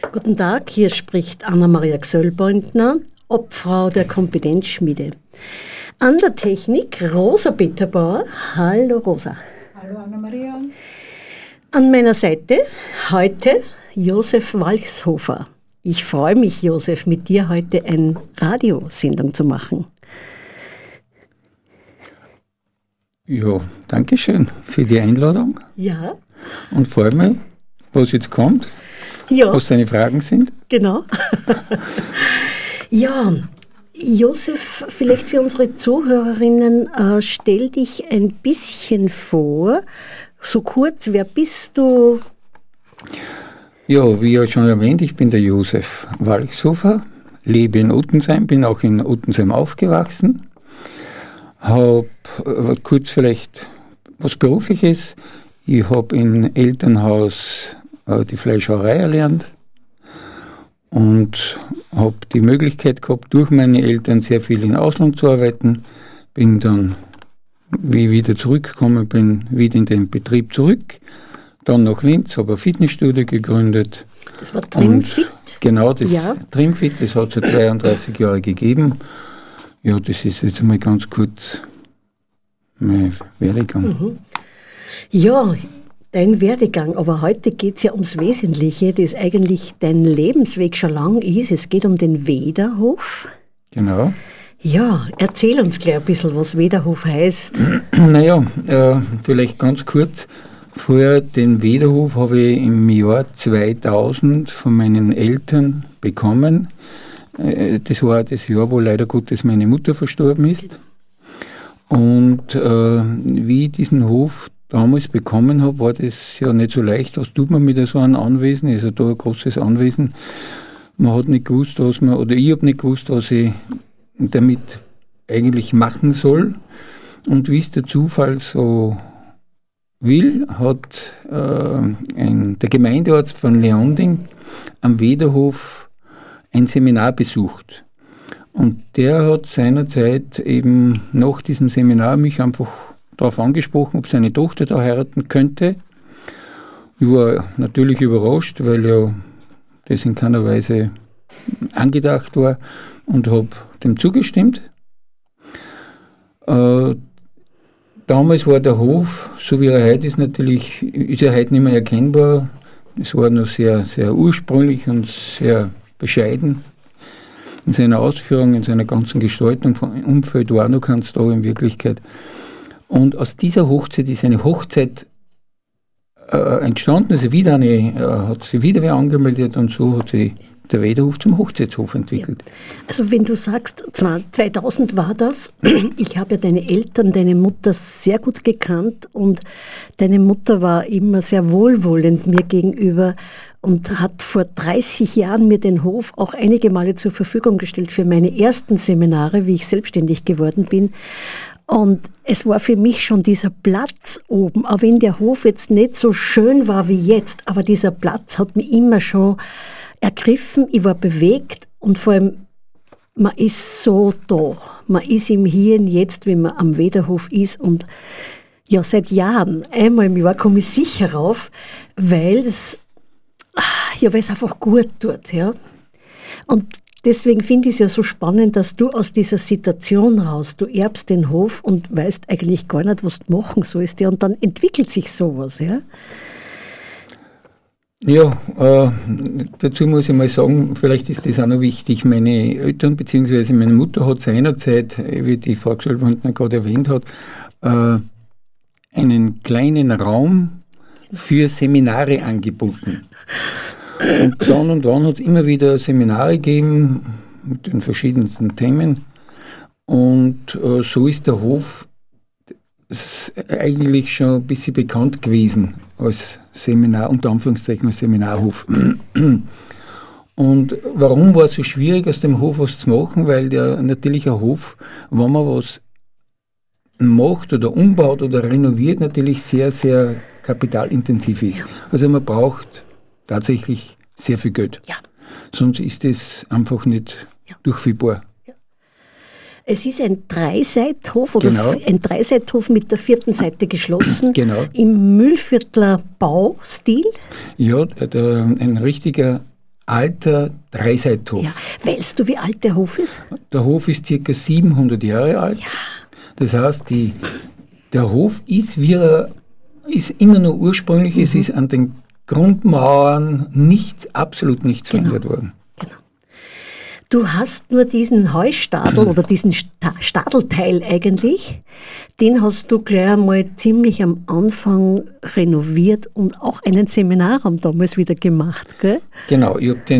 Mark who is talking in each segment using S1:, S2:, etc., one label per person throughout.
S1: Guten Tag, hier spricht Anna-Maria Gsöllbeutner, Obfrau der Kompetenzschmiede. An der Technik Rosa Peterbauer. Hallo Rosa.
S2: Hallo Anna-Maria.
S1: An meiner Seite heute Josef Walchshofer. Ich freue mich, Josef, mit dir heute eine Radiosendung zu machen.
S3: Ja, danke schön für die Einladung.
S1: Ja.
S3: Und freue mich, was jetzt kommt,
S1: Ja.
S3: was deine Fragen sind.
S1: Genau. Ja, Josef, vielleicht für unsere Zuhörerinnen, stell dich ein bisschen vor, so kurz, wer bist du?
S3: Ja, wie ja schon erwähnt, ich bin der Josef Walchshofer, lebe in Uttensheim, bin auch in Uttensheim aufgewachsen, habe kurz vielleicht was Berufliches. Ich habe im Elternhaus die Fleischerei erlernt und habe die Möglichkeit gehabt, durch meine Eltern sehr viel im Ausland zu arbeiten. Bin dann, wie ich wieder zurückgekommen bin, wieder in den Betrieb zurück. Dann nach Linz, habe ein Fitnessstudio gegründet.
S1: Das war Trimfit?
S3: Genau, das
S1: Ja.
S3: Trimfit, das hat es seit 32 Jahren gegeben. Ja, das ist jetzt einmal ganz kurz mein Werdegang.
S1: Mhm. Ja, dein Werdegang, aber heute geht es ja ums Wesentliche, das eigentlich dein Lebensweg schon lang ist. Es geht um den Wederhof.
S3: Genau.
S1: Ja, erzähl uns gleich ein bisschen, was Wederhof heißt.
S3: Naja, vielleicht ganz kurz. Vorher den Wederhof habe ich im Jahr 2000 von meinen Eltern bekommen. Das war das Jahr, wo leider Gottes meine Mutter verstorben ist. Und wie ich diesen Hof damals bekommen habe, war das ja nicht so leicht. Was tut man mit so einem Anwesen? Also da ein großes Anwesen. Man hat nicht gewusst, ich habe nicht gewusst, was ich damit eigentlich machen soll. Und wie es der Zufall so will, hat der Gemeindearzt von Leonding am Wederhof ein Seminar besucht. Und der hat seinerzeit eben nach diesem Seminar mich einfach darauf angesprochen, ob seine Tochter da heiraten könnte. Ich war natürlich überrascht, weil ja das in keiner Weise angedacht war und habe dem zugestimmt. Damals war der Hof, so wie er heute ist, ist er heute nicht mehr erkennbar. Es war noch sehr, sehr ursprünglich und sehr bescheiden in seiner Ausführung, in seiner ganzen Gestaltung. Vom Umfeld war noch keins da in Wirklichkeit. Und aus dieser Hochzeit ist eine Hochzeit entstanden, also hat sich wieder wer angemeldet und so hat sich der Wederhof zum Hochzeitshof entwickelt.
S1: Ja. Also wenn du sagst, 2000 war das, ich habe ja deine Eltern, deine Mutter sehr gut gekannt und deine Mutter war immer sehr wohlwollend mir gegenüber und hat vor 30 Jahren mir den Hof auch einige Male zur Verfügung gestellt für meine ersten Seminare, wie ich selbstständig geworden bin. Und es war für mich schon dieser Platz oben, auch wenn der Hof jetzt nicht so schön war wie jetzt, aber dieser Platz hat mich immer schon ergriffen, ich war bewegt und vor allem, man ist so da. Man ist im Hier und Jetzt, wenn man am Wederhof ist und ja, seit Jahren, einmal im Jahr komme ich sicher rauf, weil es einfach gut tut, ja. Und deswegen finde ich es ja so spannend, dass du aus dieser Situation raus, du erbst den Hof und weißt eigentlich gar nicht, was du machen sollst, ja, und dann entwickelt sich sowas, ja.
S3: Ja, dazu muss ich mal sagen, vielleicht ist das auch noch wichtig. Meine Eltern bzw. meine Mutter hat seinerzeit, wie die Frau Gsöllbeutner gerade erwähnt hat, einen kleinen Raum für Seminare angeboten. Und dann und wann hat es immer wieder Seminare gegeben mit den verschiedensten Themen. Und so ist der Hof eigentlich schon ein bisschen bekannt gewesen als Seminar, unter Anführungszeichen als Seminarhof. Und warum war es so schwierig, aus dem Hof was zu machen? Weil der natürlich ein Hof, wenn man was macht oder umbaut oder renoviert, natürlich sehr, sehr kapitalintensiv ist. Also man braucht tatsächlich sehr viel Geld.
S1: Ja.
S3: Sonst ist es einfach nicht durchführbar.
S1: Es ist ein Dreiseithof oder
S3: Genau.
S1: ein Dreiseithof mit der vierten Seite geschlossen,
S3: Genau.
S1: im Mühlviertler Baustil.
S3: Ja, ein richtiger alter Dreiseithof.
S1: Ja. Weißt du, wie alt der Hof ist?
S3: Der Hof ist ca. 700 Jahre alt.
S1: Ja.
S3: Das heißt, der Hof ist immer noch ursprünglich, es ist an den Grundmauern absolut nichts verändert worden.
S1: Genau. Du hast nur diesen Heustadel oder diesen Stadelteil eigentlich, den hast du gleich einmal ziemlich am Anfang renoviert und auch einen Seminarraum damals wieder gemacht, gell?
S3: Genau, ich habe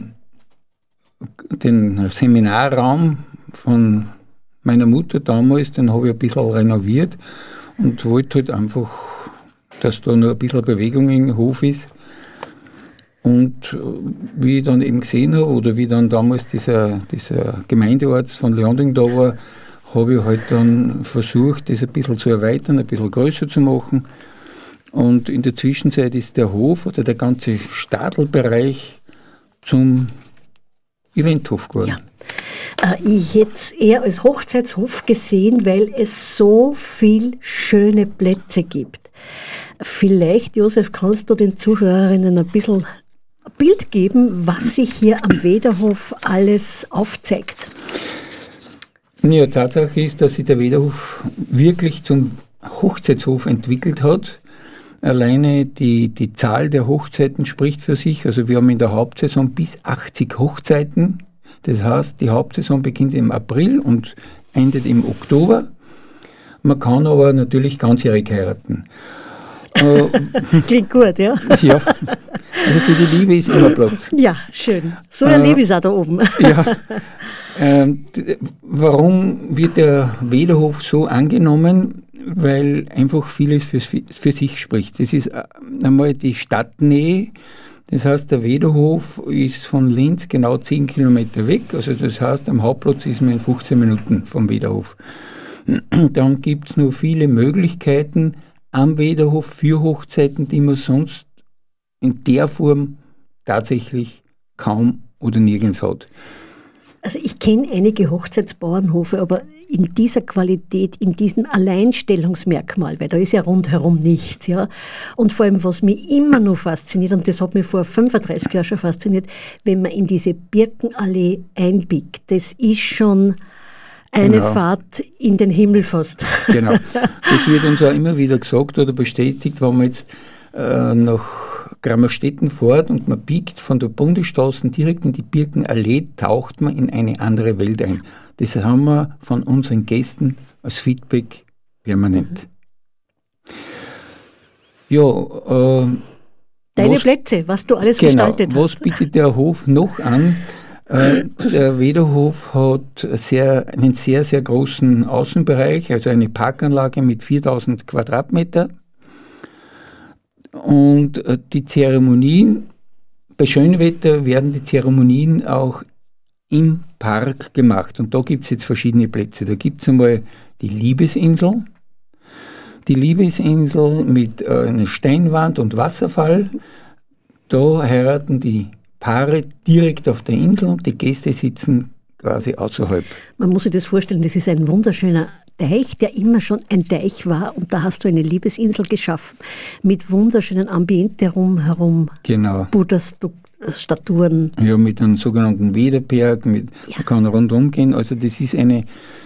S3: den Seminarraum von meiner Mutter damals, den habe ich ein bisschen renoviert und wollte halt einfach, dass da noch ein bisschen Bewegung im Hof ist. Und wie ich dann eben gesehen habe, oder wie dann damals dieser Gemeindearzt von Leonding da war, habe ich halt dann versucht, das ein bisschen zu erweitern, ein bisschen größer zu machen. Und in der Zwischenzeit ist der Hof oder der ganze Stadelbereich zum Eventhof geworden.
S1: Ja. Ich hätte es eher als Hochzeitshof gesehen, weil es so viele schöne Plätze gibt. Vielleicht, Josef, kannst du den Zuhörerinnen ein bisschen ein Bild geben, was sich hier am Wederhof alles aufzeigt?
S3: Ja, Tatsache ist, dass sich der Wederhof wirklich zum Hochzeitshof entwickelt hat. Alleine die Zahl der Hochzeiten spricht für sich. Also wir haben in der Hauptsaison bis 80 Hochzeiten. Das heißt, die Hauptsaison beginnt im April und endet im Oktober. Man kann aber natürlich ganzjährig heiraten.
S1: Klingt gut, ja?
S3: Ja, also für die Liebe ist immer Platz.
S1: Ja, schön. So erlebe ich es auch da oben.
S3: Ja. Warum wird der Wederhof so angenommen? Weil einfach vieles für sich spricht. Das ist einmal die Stadtnähe. Das heißt, der Wederhof ist von Linz genau 10 Kilometer weg. Also das heißt, am Hauptplatz ist man in 15 Minuten vom Wederhof. Dann gibt es noch viele Möglichkeiten am Wederhof für Hochzeiten, die man sonst in der Form tatsächlich kaum oder nirgends hat.
S1: Also ich kenne einige Hochzeitsbauernhofe, aber in dieser Qualität, in diesem Alleinstellungsmerkmal, weil da ist ja rundherum nichts, ja. Und vor allem, was mich immer noch fasziniert, und das hat mich vor 35 Jahren schon fasziniert, wenn man in diese Birkenallee einbiegt, das ist schon eine Fahrt in den Himmel fast. Genau,
S3: das wird uns auch immer wieder gesagt oder bestätigt, wenn man jetzt nach Grammerstetten fährt und man biegt von der Bundesstraße direkt in die Birkenallee, taucht man in eine andere Welt ein. Das haben wir von unseren Gästen als Feedback permanent. Ja,
S1: deine Plätze, was du alles gestaltet hast.
S3: Was bietet der Hof noch an? Der Wederhof hat einen sehr, sehr großen Außenbereich, also eine Parkanlage mit 4000 Quadratmeter. Und die Zeremonien, bei Schönwetter werden die Zeremonien auch im Park gemacht. Und da gibt es jetzt verschiedene Plätze. Da gibt es einmal die Liebesinsel. Die Liebesinsel mit einer Steinwand und Wasserfall. Da heiraten die Paare direkt auf der Insel und die Gäste sitzen quasi außerhalb.
S1: Man muss sich das vorstellen, das ist ein wunderschöner Teich, der immer schon ein Teich war, und da hast du eine Liebesinsel geschaffen mit wunderschönen Ambiente rundherum.
S3: Genau.
S1: Buddha-Statuen.
S3: Ja, mit einem sogenannten Wederberg, man kann rundherum gehen. Also das ist ein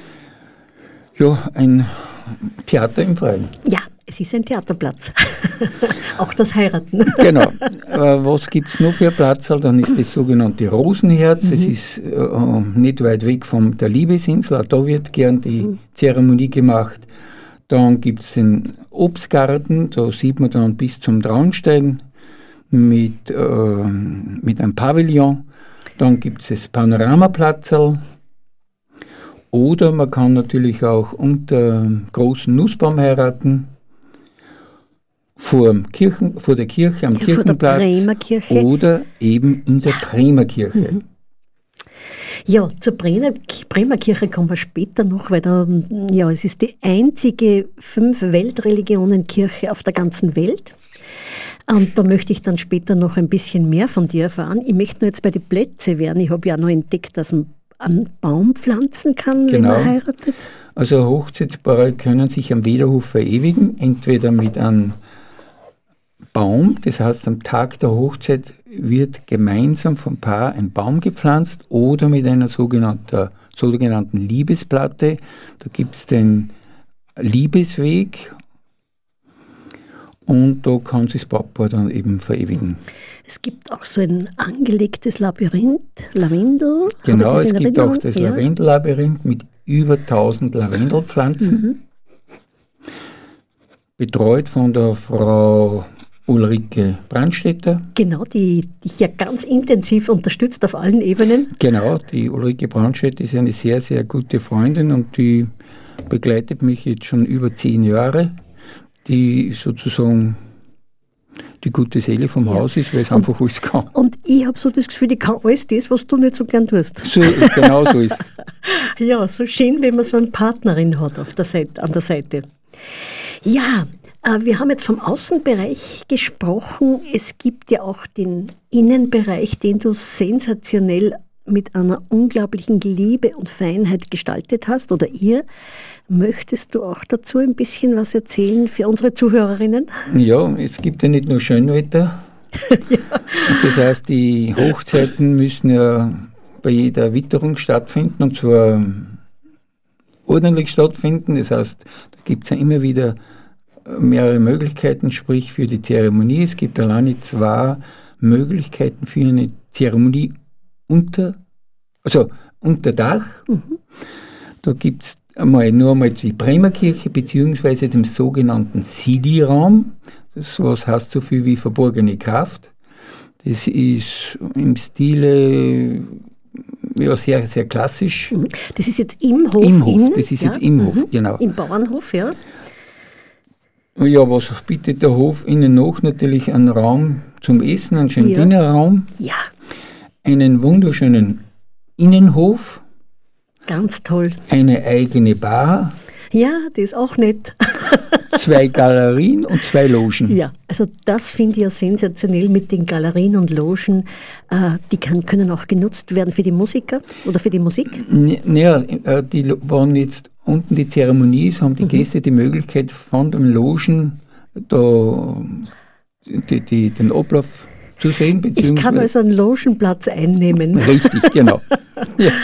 S3: Theater im Freien.
S1: Ja, es ist ein Theaterplatz. Auch das Heiraten.
S3: Genau. Was gibt es noch für einen Platz? Dann ist das sogenannte Rosenherz. Es ist nicht weit weg von der Liebesinsel. Auch da wird gern die Zeremonie gemacht. Dann gibt es den Obstgarten. Da sieht man dann bis zum Traunstein mit einem Pavillon. Dann gibt es das Panoramaplatzl. Oder man kann natürlich auch unter großen Nussbaum heiraten. Vor der Kirche, am Kirchenplatz, oder eben in der Bremer Kirche.
S1: Ja, zur Bremer Kirche kommen wir später noch, weil es ist die einzige 5-Weltreligionen-Kirche auf der ganzen Welt. Und da möchte ich dann später noch ein bisschen mehr von dir erfahren. Ich möchte nur jetzt bei den Plätzen werden. Ich habe ja noch entdeckt, dass man einen Baum pflanzen kann, wenn man heiratet. Also
S3: Hochzeitspaare können sich am Wederhof verewigen, entweder mit einem Baum, das heißt am Tag der Hochzeit wird gemeinsam vom Paar ein Baum gepflanzt oder mit einer sogenannten Liebesplatte. Da gibt es den Liebesweg und da kann sich das Brautpaar dann eben verewigen.
S1: Es gibt auch so ein angelegtes Labyrinth, Lavendel.
S3: Genau, es gibt auch das Lavendellabyrinth mit über 1000 Lavendelpflanzen. Betreut von der Frau Ulrike Brandstätter.
S1: Genau, die dich ja ganz intensiv unterstützt auf allen Ebenen.
S3: Genau, die Ulrike Brandstätter ist eine sehr, sehr gute Freundin und die begleitet mich jetzt schon über 10 Jahre. Die sozusagen die gute Seele vom Haus ist, weil es einfach alles kann.
S1: Und ich habe so das Gefühl, ich kann alles das, was du nicht so gern tust.
S3: Genau so ist es.
S1: Ja, so schön, wenn man so eine Partnerin hat an der Seite. Ja, wir haben jetzt vom Außenbereich gesprochen. Es gibt ja auch den Innenbereich, den du sensationell mit einer unglaublichen Liebe und Feinheit gestaltet hast, oder ihr. Möchtest du auch dazu ein bisschen was erzählen für unsere Zuhörerinnen?
S3: Ja, es gibt ja nicht nur Schönwetter. Ja. Das heißt, die Hochzeiten müssen ja bei jeder Witterung stattfinden, und zwar ordentlich stattfinden. Das heißt, da gibt es ja immer wieder mehrere Möglichkeiten, sprich für die Zeremonie. Es gibt alleine 2 Möglichkeiten für eine Zeremonie unter Dach. Da gibt es nur einmal die Bremer Kirche beziehungsweise dem sogenannten Sidi-Raum. Das heißt so viel wie verborgene Kraft. Das ist im Stile sehr, sehr klassisch.
S1: Das ist jetzt im Hof?
S3: Im Hof, das ist jetzt im Hof, genau.
S1: Im Bauernhof, ja.
S3: Ja, was bietet der Hof Ihnen noch? Natürlich einen Raum zum Essen, einen schönen Dinnerraum.
S1: Ja.
S3: Einen wunderschönen Innenhof.
S1: Ganz toll.
S3: Eine eigene Bar.
S1: Ja, das ist auch nett.
S3: 2 Galerien und 2 Logen.
S1: Ja, also das finde ich ja sensationell mit den Galerien und Logen. Die können auch genutzt werden für die Musiker oder für die Musik?
S3: Naja, die waren jetzt unten die Zeremonie, haben die Gäste die Möglichkeit von den Logen da den Ablauf zu sehen.
S1: Ich kann also einen Logenplatz einnehmen.
S3: Richtig, genau. Ja.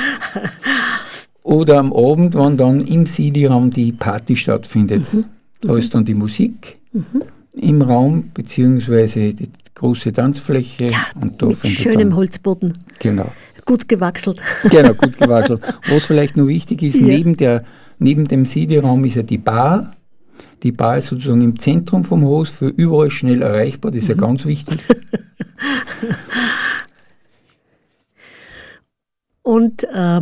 S3: Oder am Abend, wenn dann im Sidi-Raum die Party stattfindet. Da ist dann die Musik im Raum, beziehungsweise die große Tanzfläche.
S1: Ja,
S3: und da
S1: mit schönem Holzboden.
S3: Genau.
S1: Gut gewachselt.
S3: Genau, gut gewachselt. Was vielleicht noch wichtig ist, neben dem Sidi-Raum ist ja die Bar. Die Bar ist sozusagen im Zentrum vom Haus, für überall schnell erreichbar, das ist ja ganz wichtig.
S1: Und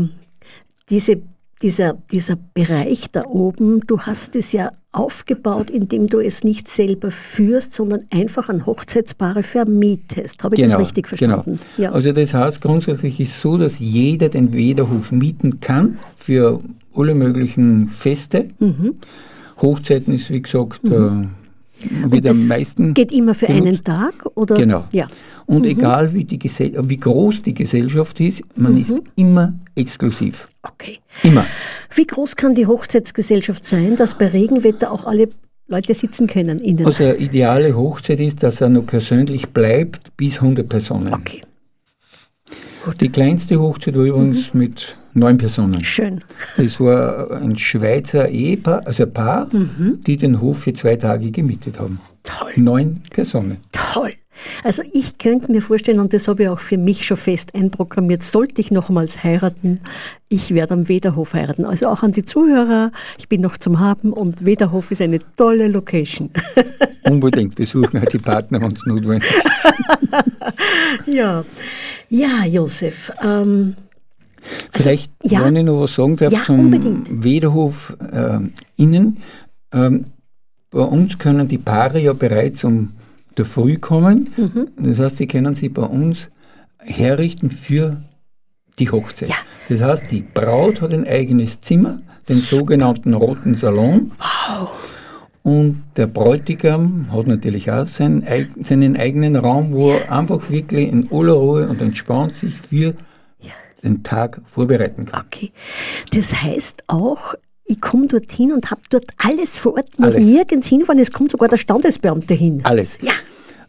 S1: dieser Bereich da oben, du hast es ja aufgebaut, indem du es nicht selber führst, sondern einfach an Hochzeitspaare vermietest. Habe ich das richtig verstanden?
S3: Genau. Ja. Also das heißt, grundsätzlich ist es so, dass jeder den Wederhof mieten kann für alle möglichen Feste. Hochzeiten ist, wie gesagt, wieder am meisten.
S1: Geht immer für einen Tag? Oder?
S3: Genau.
S1: Ja.
S3: Und egal wie groß die Gesellschaft ist, man ist immer exklusiv.
S1: Okay.
S3: Immer.
S1: Wie groß kann die Hochzeitsgesellschaft sein, dass bei Regenwetter auch alle Leute sitzen können?
S3: Also eine ideale Hochzeit ist, dass er noch persönlich bleibt, bis 100 Personen.
S1: Okay. Gut.
S3: Die kleinste Hochzeit war übrigens mit 9 Personen.
S1: Schön.
S3: Das war ein Schweizer Ehepaar, also ein Paar, die den Hof für 2 Tage gemietet haben.
S1: Toll.
S3: 9 Personen.
S1: Toll. Also ich könnte mir vorstellen, und das habe ich auch für mich schon fest einprogrammiert, sollte ich nochmals heiraten, ich werde am Wederhof heiraten. Also auch an die Zuhörer, ich bin noch zum Haben und Wederhof ist eine tolle Location.
S3: Unbedingt, wir suchen halt die Partner, wenn es notwendig ist.
S1: Ja, Josef.
S3: Vielleicht, wenn ich noch was sagen darf zum
S1: unbedingt.
S3: Wederhof innen. Bei uns können die Paare ja bereits um der Früh kommen. Das heißt, sie können sich bei uns herrichten für die Hochzeit. Ja. Das heißt, die Braut hat ein eigenes Zimmer, den sogenannten roten Salon.
S1: Wow.
S3: Und der Bräutigam hat natürlich auch seinen eigenen Raum, wo er einfach wirklich in aller Ruhe und entspannt sich für den Tag vorbereiten kann.
S1: Okay. Das heißt auch, ich komme dorthin und habe dort alles vor Ort, muss
S3: alles.
S1: Nirgends hinfahren, es kommt sogar der Standesbeamte hin.
S3: Alles.
S1: Ja.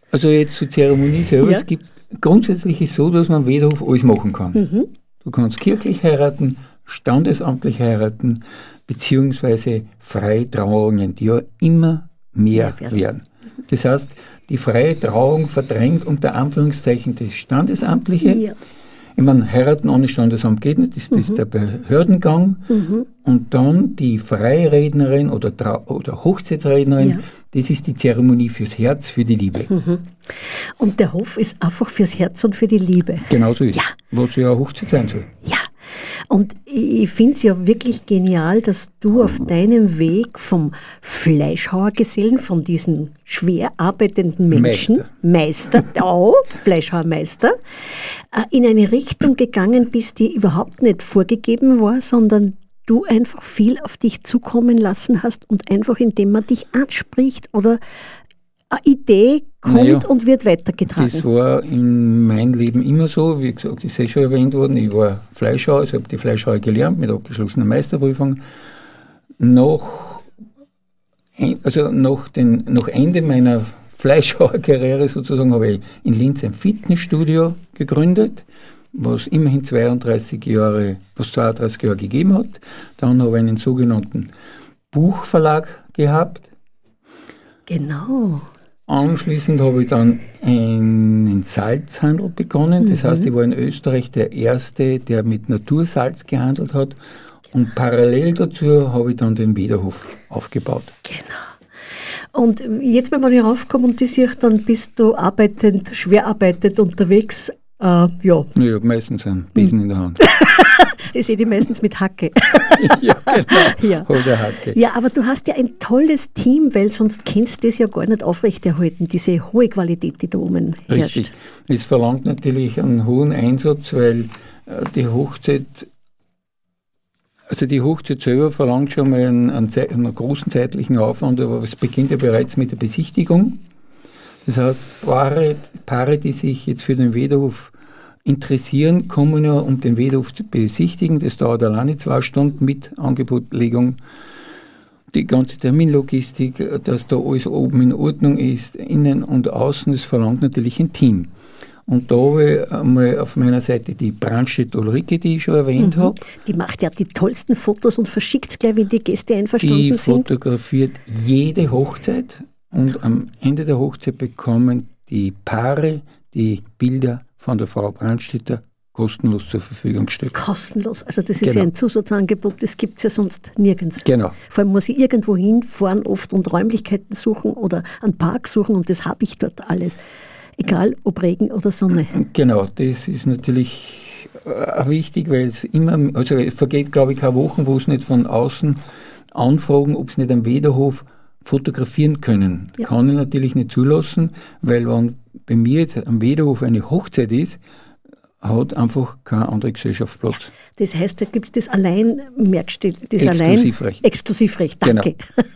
S3: Also jetzt zur Zeremonie selber.
S1: Ja.
S3: Es gibt grundsätzlich ist so, dass man am Wederhof alles machen kann. Du kannst kirchlich heiraten, standesamtlich heiraten, beziehungsweise Freitrauungen, die ja immer mehr werden. Das heißt, die freie Trauung verdrängt unter Anführungszeichen das Standesamtliche. Ja. Ich meine, heiraten ohne Standesamt geht nicht, das ist der Behördengang. Und dann die Freirednerin oder Hochzeitsrednerin, das ist die Zeremonie fürs Herz, für die Liebe.
S1: Und der Hof ist einfach fürs Herz und für die Liebe.
S3: Genau so ist es, was ja eine Hochzeit sein soll.
S1: Ja, und ich finde es ja wirklich genial, dass du auf deinem Weg vom Fleischhauergesellen, von diesen schwer arbeitenden Menschen, Meister, Fleischhauermeister, in eine Richtung gegangen bist, die überhaupt nicht vorgegeben war, sondern du einfach viel auf dich zukommen lassen hast und einfach indem man dich anspricht oder eine Idee kommt und wird weitergetragen.
S3: Das war in meinem Leben immer so. Wie gesagt, das ist schon erwähnt worden. Ich war Fleischhauer, ich habe die Fleischhauer gelernt mit abgeschlossener Meisterprüfung. Nach Ende meiner Fleischhauerkarriere sozusagen habe ich in Linz ein Fitnessstudio gegründet, was immerhin 32 Jahre gegeben hat. Dann habe ich einen sogenannten Buchverlag gehabt.
S1: Genau.
S3: Anschließend habe ich dann einen Salzhandel begonnen. Das heißt, ich war in Österreich der Erste, der mit Natursalz gehandelt hat. Und parallel dazu habe ich dann den Wederhof aufgebaut.
S1: Genau. Und jetzt, wenn man hier raufkommt und die sieht, dann bist du schwer arbeitend unterwegs. Ja,
S3: ich habe meistens einen Besen in der Hand.
S1: Ich sehe die meistens mit Hacke.
S3: Ja, genau.
S1: Ja.
S3: Oder Hacke.
S1: Ja, aber du hast ja ein tolles Team, weil sonst kannst du das ja gar nicht aufrechterhalten, diese hohe Qualität, die da oben herrscht.
S3: Richtig. Es verlangt natürlich einen hohen Einsatz, weil die Hochzeit selber verlangt schon mal einen großen zeitlichen Aufwand, aber es beginnt ja bereits mit der Besichtigung. Das heißt, Paare, die sich jetzt für den Wederhof interessieren, kommen ja, um den Wederhof zu besichtigen. Das dauert alleine 2 Stunden mit Angebotlegung. Die ganze Terminlogistik, dass da alles oben in Ordnung ist, innen und außen, das verlangt natürlich ein Team. Und da habe ich einmal auf meiner Seite die Brandstedt Ulrike, die ich schon erwähnt habe.
S1: Die macht ja die tollsten Fotos und verschickt es gleich, wenn die Gäste einverstanden sind.
S3: Die fotografiert jede Hochzeit und am Ende der Hochzeit bekommen die Paare die Bilder von der Frau Brandstätter kostenlos zur Verfügung gestellt.
S1: Kostenlos, also das ist ja ein Zusatzangebot, das gibt es ja sonst nirgends.
S3: Genau.
S1: Vor allem muss ich irgendwo hinfahren oft und Räumlichkeiten suchen oder einen Park suchen und das habe ich dort alles. Egal ob Regen oder Sonne.
S3: Genau, das ist natürlich auch wichtig, weil es vergeht, glaube ich, keine Wochen, wo es nicht von außen anfragen, ob es nicht am Wederhof fotografieren können. Ja. Kann ich natürlich nicht zulassen, weil wenn bei mir jetzt am Wederhof eine Hochzeit ist, hat einfach keine andere Gesellschaft Platz. Ja,
S1: das heißt, da gibt es das
S3: Exklusivrecht.
S1: Exklusivrecht, danke. Genau.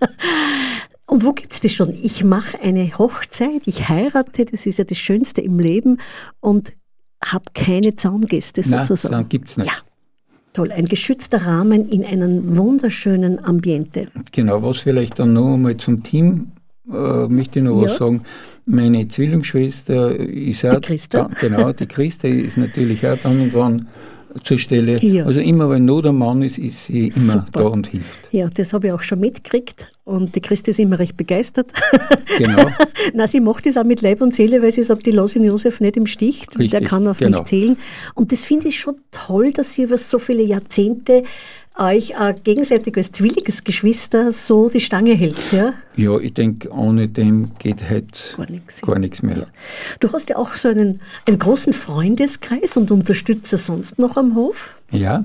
S1: Und wo gibt es das schon? Ich mache eine Hochzeit, ich heirate, das ist ja das Schönste im Leben und habe keine Zaungäste sozusagen.
S3: Nein, gibt es nicht.
S1: Ja, toll. Ein geschützter Rahmen in einem wunderschönen Ambiente.
S3: Genau, was vielleicht dann noch einmal zum Team, möchte ich noch was sagen. Meine Zwillingsschwester ist auch,
S1: die Christa.
S3: Genau, die Christa ist natürlich auch dann und wann zur Stelle. Ja. Also immer, wenn Not am Mann ist, ist sie immer da und hilft.
S1: Ja, das habe ich auch schon mitgekriegt und die Christa ist immer recht begeistert.
S3: Genau.
S1: Nein, sie macht das auch mit Leib und Seele, weil sie sagt, die lasse ich Josef nicht im Stich,
S3: Richtig,
S1: der kann auf mich zählen. Und das finde ich schon toll, dass sie über so viele Jahrzehnte euch gegenseitig als Zwillingsgeschwister so die Stange hält, ja?
S3: Ja, ich denke, ohne dem geht halt gar nichts mehr.
S1: Ja. Du hast ja auch so einen großen Freundeskreis und Unterstützer sonst noch am Hof?
S3: Ja.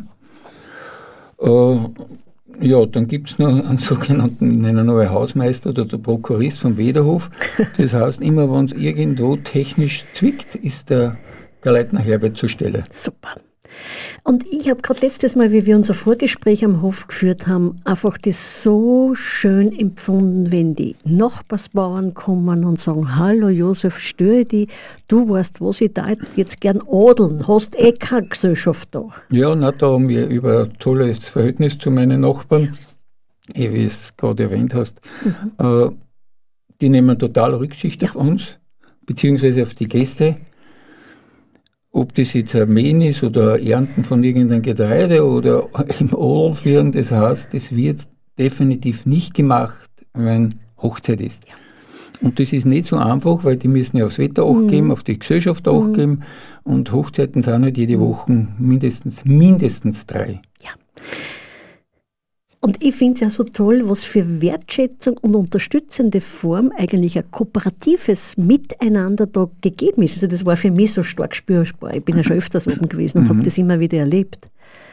S3: Ja, dann gibt es noch einen sogenannten, nennen wir Hausmeister oder der Prokurist vom Wederhof. Das heißt, immer wenn es irgendwo technisch zwickt, ist der Leitner Herbert zur Stelle.
S1: Super. Und ich habe gerade letztes Mal, wie wir unser Vorgespräch am Hof geführt haben, einfach das so schön empfunden, wenn die Nachbarsbauern kommen und sagen, hallo Josef, störe dich, du weißt, was ich da jetzt gern adeln, hast keine Gesellschaft da.
S3: Ja, da haben wir über ein tolles Verhältnis zu meinen Nachbarn, wie du es gerade erwähnt hast. Die nehmen total Rücksicht auf uns. beziehungsweise auf die Gäste. Ob das jetzt ein Mähen ist oder ein Ernten von irgendeinem Getreide oder im Odel führen, das heißt, das wird definitiv nicht gemacht, wenn Hochzeit ist. Ja. Und das ist nicht so einfach, weil die müssen ja aufs Wetter Acht geben, auf die Gesellschaft Acht geben und Hochzeiten sind halt jede Woche mindestens 3.
S1: Ja. Und ich finde es ja so toll, was für Wertschätzung und unterstützende Form eigentlich ein kooperatives Miteinander da gegeben ist. Also das war für mich so stark spürbar. Ich bin ja schon öfters oben gewesen und habe das immer wieder erlebt.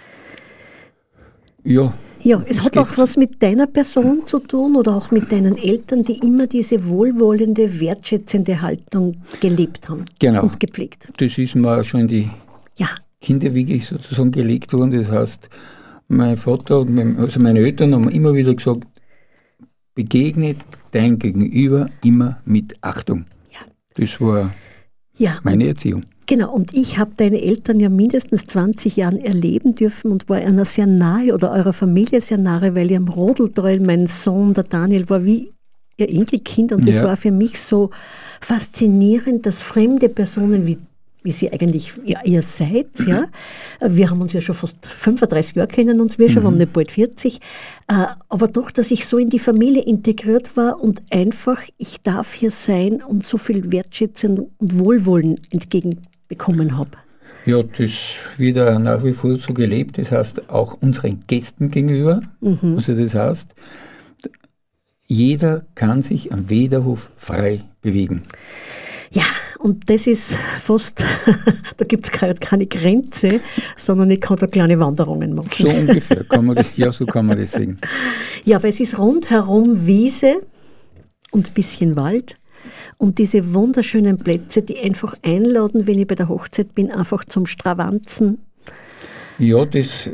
S3: Ja.
S1: Ja, es hat auch was mit deiner Person zu tun oder auch mit deinen Eltern, die immer diese wohlwollende, wertschätzende Haltung gelebt haben und gepflegt.
S3: Das ist mir schon in die Kinderwiege sozusagen gelegt worden. Das heißt, mein Vater und meine Eltern haben immer wieder gesagt, begegne dein Gegenüber immer mit Achtung. Ja. Das war meine Erziehung.
S1: Genau, und ich habe deine Eltern ja mindestens 20 Jahren erleben dürfen und war einer sehr nahe oder eurer Familie sehr nahe, weil ich am Rodeltreu, mein Sohn, der Daniel, war wie ihr Enkelkind und das war für mich so faszinierend, dass fremde Personen wie sie eigentlich ihr seid, ja. Wir haben uns ja schon fast 35 Jahre kennen uns, wir schon, waren nicht bald 40, aber doch, dass ich so in die Familie integriert war und einfach, ich darf hier sein und so viel Wertschätzung und Wohlwollen entgegenbekommen habe.
S3: Ja, das wird ja nach wie vor so gelebt, das heißt auch unseren Gästen gegenüber, also das heißt, jeder kann sich am Wederhof frei bewegen.
S1: Ja, und das ist fast, da gibt es keine Grenze, sondern ich kann da kleine Wanderungen machen.
S3: So ungefähr, so kann man das sehen.
S1: Ja, weil es ist rundherum Wiese und ein bisschen Wald und diese wunderschönen Plätze, die einfach einladen, wenn ich bei der Hochzeit bin, einfach zum Stravanzen.
S3: Ja, das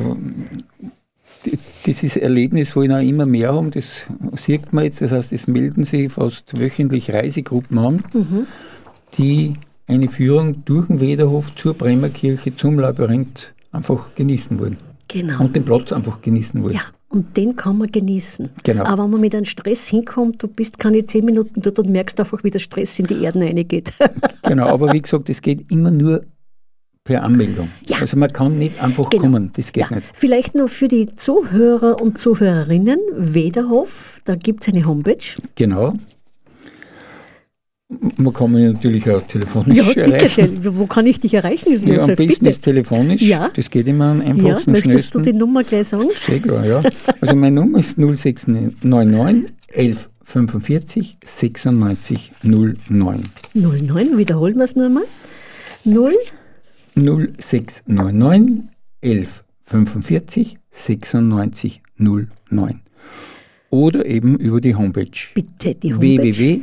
S3: ist ein Erlebnis, wo ich noch immer mehr habe, das sieht man jetzt, das heißt, es melden sich fast wöchentlich Reisegruppen an, die eine Führung durch den Wederhof zur Bremer Kirche, zum Labyrinth einfach genießen wollen.
S1: Genau.
S3: Und den Platz einfach genießen wollen.
S1: Ja, und den kann man genießen.
S3: Genau.
S1: Aber wenn man mit einem Stress hinkommt, du bist keine 10 Minuten dort und merkst einfach, wie der Stress in die Erden reingeht.
S3: Genau, aber wie gesagt, es geht immer nur per Anmeldung. Ja. Also man kann nicht einfach kommen, das geht nicht.
S1: Vielleicht noch für die Zuhörer und Zuhörerinnen, Wederhof, da gibt es eine Homepage.
S3: Genau. Man kann mich natürlich auch telefonisch erreichen.
S1: Bitte, wo kann ich dich erreichen?
S3: Ja, am besten ist telefonisch, das geht immer am einfachsten und schnellsten.
S1: Möchtest du die Nummer gleich sagen?
S3: Sehr klar, ja. Also meine Nummer ist 0699 11 45 96 09.
S1: 09, wiederholen wir es nur einmal.
S3: 0699 11 45 96 09. Oder eben über die Homepage.
S1: Bitte, die Homepage.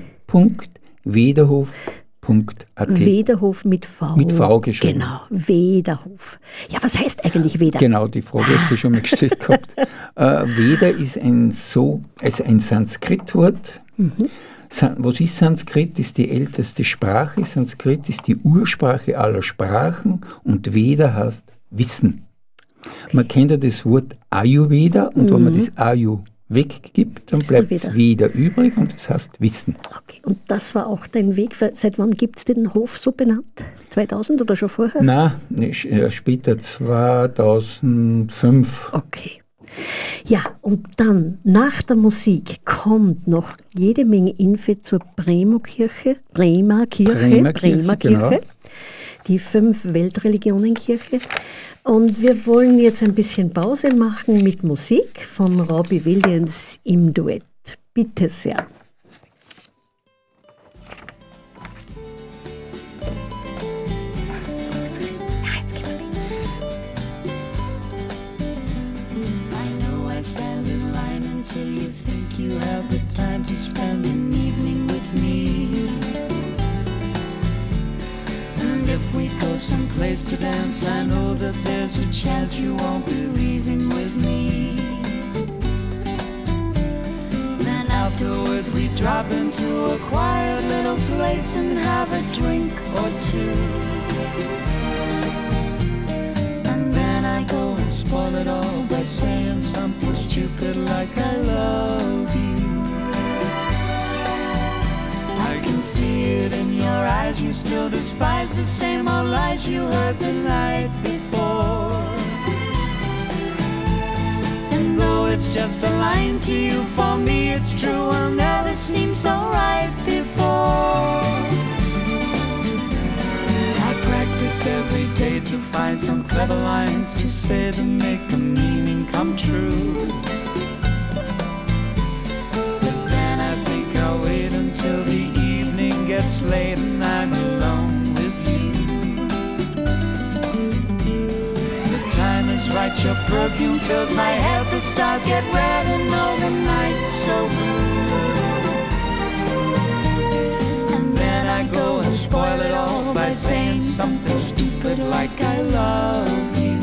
S3: www.wederhof.at.
S1: Wederhof mit V.
S3: Mit V geschrieben.
S1: Genau, Wederhof. Ja, was heißt eigentlich Weder?
S3: Genau, die Frage hast du schon mal gestellt gehabt. Weder ist ein Sanskritwort. Was ist Sanskrit? Das ist die älteste Sprache. Sanskrit ist die Ursprache aller Sprachen und Veda heißt Wissen. Man kennt ja das Wort Ayurveda und wenn man das Ayu weggibt, dann bleibt es wieder übrig und das heißt Wissen.
S1: Okay, und das war auch dein Weg. Seit wann gibt es den Hof so benannt? 2000 oder schon vorher?
S3: Nein, später, 2005.
S1: Okay. Ja, und dann, nach der Musik, kommt noch jede Menge Info zur Bremer Kirche,
S3: genau.
S1: Die 5 Weltreligionenkirche. Und wir wollen jetzt ein bisschen Pause machen mit Musik von Robbie Williams im Duett. Bitte sehr.
S2: Someplace to dance, I know that there's a chance you won't be leaving with me. Then afterwards we drop into a quiet little place and have a drink or two. And then I go and spoil it all by saying something stupid like I love you. I can see it in your you still despise the same old lies you heard the night before. And though it's just a line to you, for me it's true, will never seem so right before. I practice every day to find some clever lines to say to make the meaning come true. But then I think I'll wait until the evening gets late and I'm alone with you. The time is right, your perfume fills my head, the stars get red and all the night's so blue. And then I go and spoil it all by saying something stupid like I love you.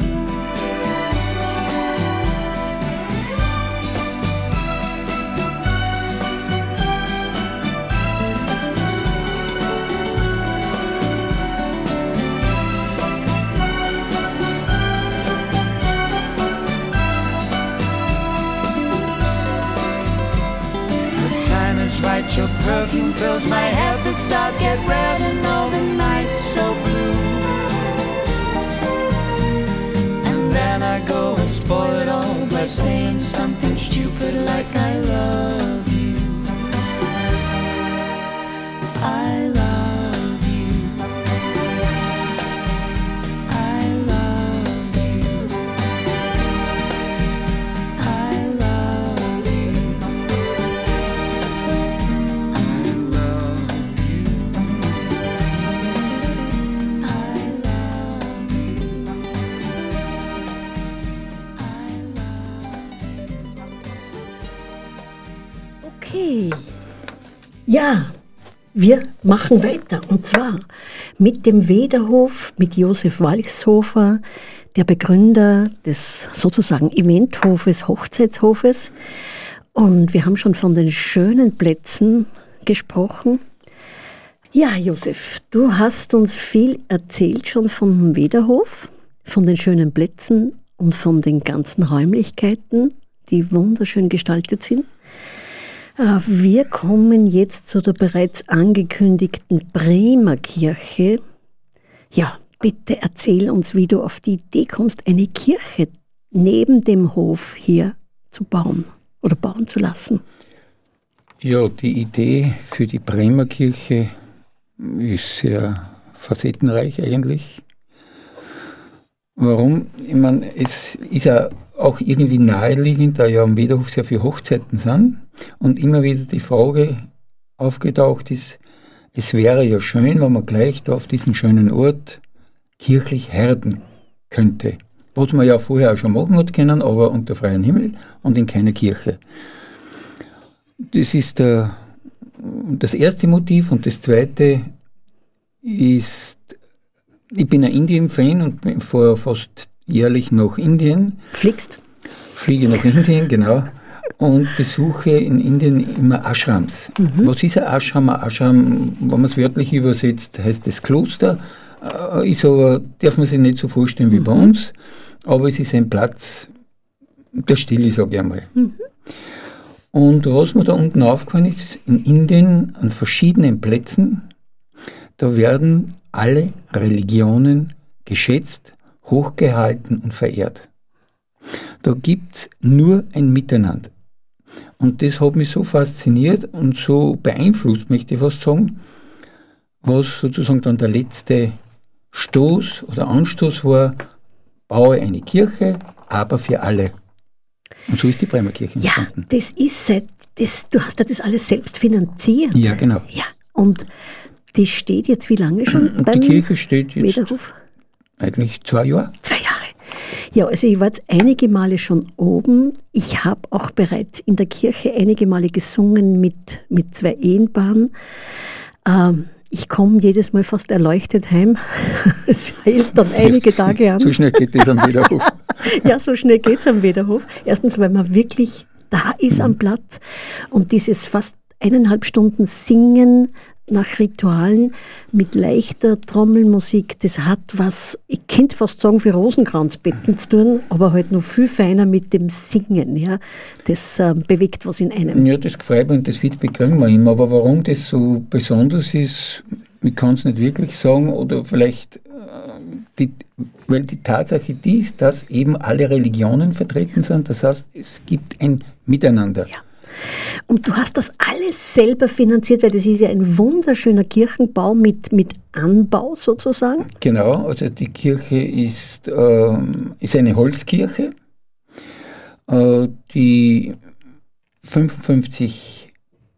S2: Right, your perfume fills my head, the stars get red and all the night's so blue. And then I go and spoil it all by saying something stupid like I love you. I love you. I love you. I love you.
S1: Okay, ja, wir machen weiter und zwar mit dem Wederhof, mit Josef Walchshofer, der Begründer des sozusagen Eventhofes, Hochzeitshofes. Und wir haben schon von den schönen Plätzen gesprochen. Ja, Josef, du hast uns viel erzählt schon vom Wederhof, von den schönen Plätzen und von den ganzen Räumlichkeiten, die wunderschön gestaltet sind. Wir kommen jetzt zu der bereits angekündigten Bremer Kirche. Ja, bitte erzähl uns, wie du auf die Idee kommst, eine Kirche neben dem Hof hier zu bauen oder bauen zu lassen.
S3: Ja, die Idee für die Bremer Kirche ist sehr facettenreich eigentlich. Warum? Ich meine, es ist ja auch irgendwie naheliegend, da ja am Wederhof sehr viele Hochzeiten sind und immer wieder die Frage aufgetaucht ist, es wäre ja schön, wenn man gleich da auf diesem schönen Ort kirchlich heiraten könnte. Was man ja vorher auch schon machen hat können, aber unter freiem Himmel und in keiner Kirche. Das ist das erste Motiv und das zweite ist, ich bin ein Indien-Fan und fahre fast jährlich nach Indien. Fliege nach Indien, genau. Und besuche in Indien immer Ashrams. Was ist ein Ashram? Ein Ashram, wenn man es wörtlich übersetzt, heißt das Kloster. Ist aber, darf man sich nicht so vorstellen wie bei uns, aber es ist ein Platz der Stille, sage ich einmal. Und was mir da unten aufgefallen ist, in Indien an verschiedenen Plätzen, da werden alle Religionen geschätzt, hochgehalten und verehrt. Da gibt es nur ein Miteinander. Und das hat mich so fasziniert und so beeinflusst, möchte ich fast sagen, was sozusagen dann der letzte Stoß oder Anstoß war, baue eine Kirche, aber für alle. Und so ist die Bremer Kirche entstanden.
S1: Ja, das ist du hast ja das alles selbst finanziert.
S3: Ja, genau.
S1: Ja, und das steht jetzt wie lange schon beim
S3: Die Kirche steht jetzt
S1: Wederhof?
S3: Eigentlich 2 Jahre.
S1: 2 Jahre. Ja, also ich war jetzt einige Male schon oben. Ich habe auch bereits in der Kirche einige Male gesungen mit 2 Ehepaaren. Ich komme jedes Mal fast erleuchtet heim. Es hält dann einige Tage an.
S3: So schnell geht es am Wederhof.
S1: Ja, so schnell geht es am Wederhof. Erstens, weil man wirklich da ist am Platz und dieses fast 1,5 Stunden Singen, nach Ritualen mit leichter Trommelmusik. Das hat was, ich könnte fast sagen, für Rosenkranzbetten zu tun, aber halt noch viel feiner mit dem Singen. Ja? Das bewegt was in einem.
S3: Ja, das gefreut mich und das Feedback kriegen wir immer. Aber warum das so besonders ist, ich kann es nicht wirklich sagen. Oder vielleicht, weil die Tatsache die ist, dass eben alle Religionen vertreten sind. Das heißt, es gibt ein Miteinander.
S1: Ja. Und du hast das alles selber finanziert, weil das ist ja ein wunderschöner Kirchenbau mit Anbau sozusagen.
S3: Genau, also die Kirche ist eine Holzkirche, die 55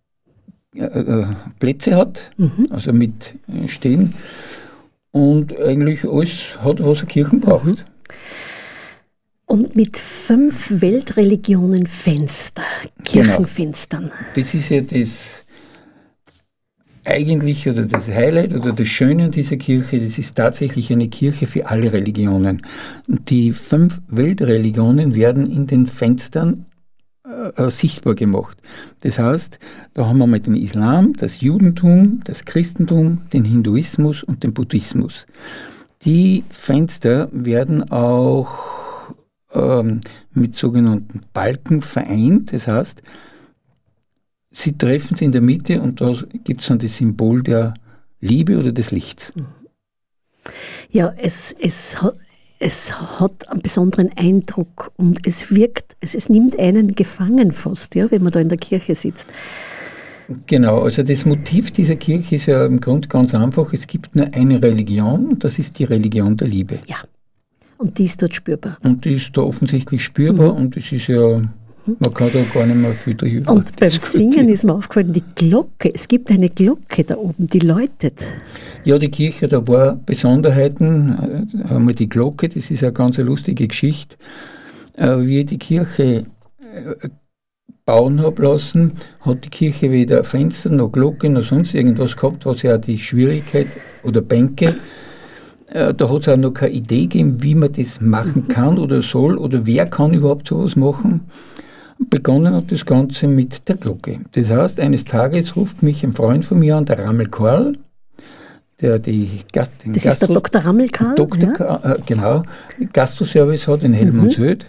S3: Plätze hat, also mit Stehen und eigentlich alles hat, was eine Kirche braucht.
S1: Und mit 5 Weltreligionen Fenster, Kirchenfenstern.
S3: Genau. Das ist ja das eigentliche oder das Highlight oder das Schöne an dieser Kirche, das ist tatsächlich eine Kirche für alle Religionen. Die 5 Weltreligionen werden in den Fenstern sichtbar gemacht. Das heißt, da haben wir mal den Islam, das Judentum, das Christentum, den Hinduismus und den Buddhismus. Die Fenster werden auch mit sogenannten Balken vereint. Das heißt, sie treffen sich in der Mitte und da gibt es dann das Symbol der Liebe oder des Lichts.
S1: Ja, es hat einen besonderen Eindruck und es wirkt, es nimmt einen gefangen fast, ja, wenn man da in der Kirche sitzt.
S3: Genau, also das Motiv dieser Kirche ist ja im Grunde ganz einfach. Es gibt nur eine Religion und das ist die Religion der Liebe.
S1: Ja. Und die ist dort spürbar.
S3: Und die ist da offensichtlich spürbar und das ist ja, man kann da gar nicht mehr viel drüber.
S1: Und beim Singen ist mir aufgefallen, die Glocke, es gibt eine Glocke da oben, die läutet.
S3: Ja, die Kirche hat ein paar Besonderheiten. Einmal die Glocke, das ist eine ganz lustige Geschichte. Wie ich die Kirche bauen habe lassen, hat die Kirche weder Fenster noch Glocke noch sonst irgendwas gehabt, was ja die Schwierigkeit oder Bänke. Da hat es auch noch keine Idee gegeben, wie man das machen kann oder soll oder wer kann überhaupt sowas machen. Begonnen hat das Ganze mit der Glocke. Das heißt, eines Tages ruft mich ein Freund von mir an, der Rammel Karl, der ist der
S1: Dr. Rammel Karl?
S3: Genau, Gastroservice hat in Helmundshöht.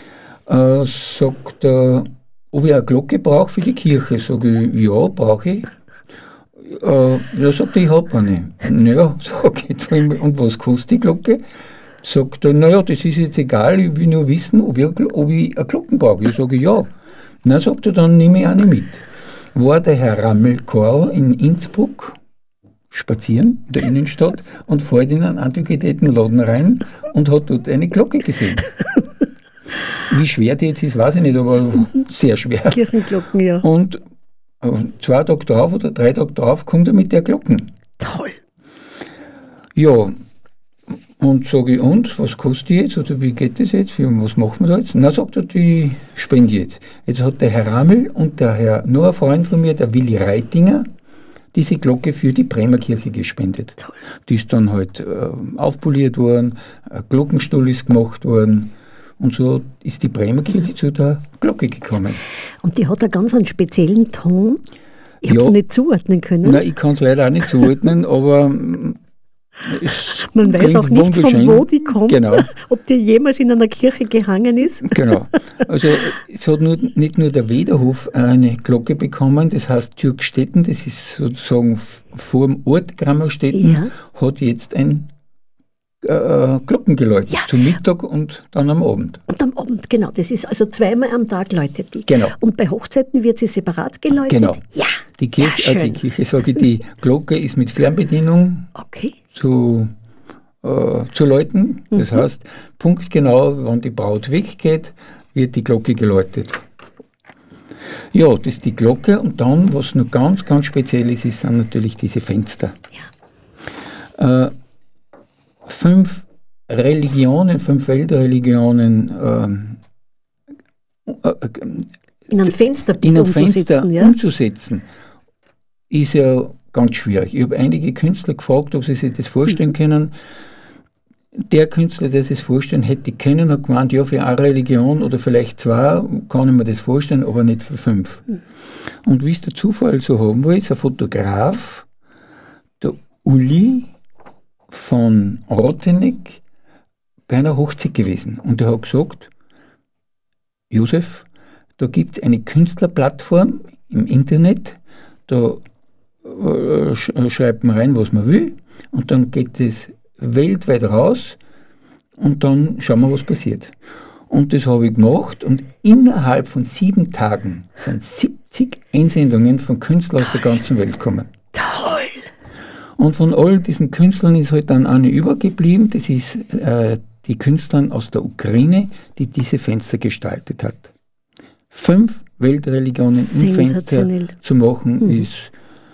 S3: Sagt er, ob ich eine Glocke brauche für die Kirche. Sage ich, ja, brauche ich. Ja, sagt er, ich habe eine. Naja, sag ich, und was kostet die Glocke? Sagt er, naja, das ist jetzt egal, ich will nur wissen, ob ich eine Glocke brauche. Ich sage, ja. Na, sagt er, dann nehme ich eine mit. War der Herr Rammel Karl in Innsbruck spazieren, in der Innenstadt, und fährt in einen Antiquitätenladen rein und hat dort eine Glocke gesehen. Wie schwer die jetzt ist, weiß ich nicht, aber sehr schwer.
S1: Kirchenglocken, ja.
S3: Und 2 Tage drauf oder 3 Tage drauf kommt er mit der Glocken.
S1: Toll.
S3: Ja, und sage ich, und, was kostet die jetzt, oder wie geht das jetzt, was machen wir da jetzt? Na, sagt er, die spende jetzt. Jetzt hat der Herr Rammel und der Herr, noch ein Freund von mir, der Willi Reitinger, diese Glocke für die Bremer Kirche gespendet.
S1: Toll. Die
S3: ist dann halt aufpoliert worden, ein Glockenstuhl ist gemacht worden. Und so ist die Bremer Kirche zu der Glocke gekommen.
S1: Und die hat einen ganz speziellen Ton. Ich habe es nicht zuordnen können.
S3: Nein, ich kann es leider auch nicht zuordnen, aber
S1: man weiß auch nicht, von wo die kommt,
S3: genau.
S1: Ob die jemals in einer Kirche gehangen ist.
S3: Genau. Also es hat nicht nur der Wederhof eine Glocke bekommen, das heißt Türkstetten, das ist sozusagen vor dem Ort Grammerstetten, hat jetzt ein Glocken geläutet, zum Mittag und dann am Abend.
S1: Und am Abend, genau. Das ist also 2-mal am Tag läutet die.
S3: Genau.
S1: Und bei Hochzeiten wird sie separat geläutet?
S3: Genau.
S1: Ja.
S3: Die Kirche, sage ich, die Glocke ist mit Fernbedienung zu läuten. Das heißt, punktgenau, wenn die Braut weggeht, wird die Glocke geläutet. Ja, das ist die Glocke. Und dann, was noch ganz, ganz speziell ist, sind natürlich diese Fenster. Ja. 5 Weltreligionen
S1: in ein Fenster
S3: umzusetzen, ist ja ganz schwierig. Ich habe einige Künstler gefragt, ob sie sich das vorstellen können. Der Künstler, der sich das vorstellen hätte können, hat gemeint, ja, für eine Religion oder vielleicht 2 kann ich mir das vorstellen, aber nicht für 5. Und wie es der Zufall so haben will, ist ein Fotograf, Uli von Rotteneck bei einer Hochzeit gewesen. Und er hat gesagt, Josef, da gibt es eine Künstlerplattform im Internet, da schreibt man rein, was man will, und dann geht es weltweit raus und dann schauen wir, was passiert. Und das habe ich gemacht und innerhalb von 7 Tagen sind 70 Einsendungen von Künstlern aus der ganzen Welt gekommen.
S1: Toll!
S3: Und von all diesen Künstlern ist halt dann eine übergeblieben, das ist die Künstlerin aus der Ukraine, die diese Fenster gestaltet hat. 5 Weltreligionen im Fenster zu machen, ist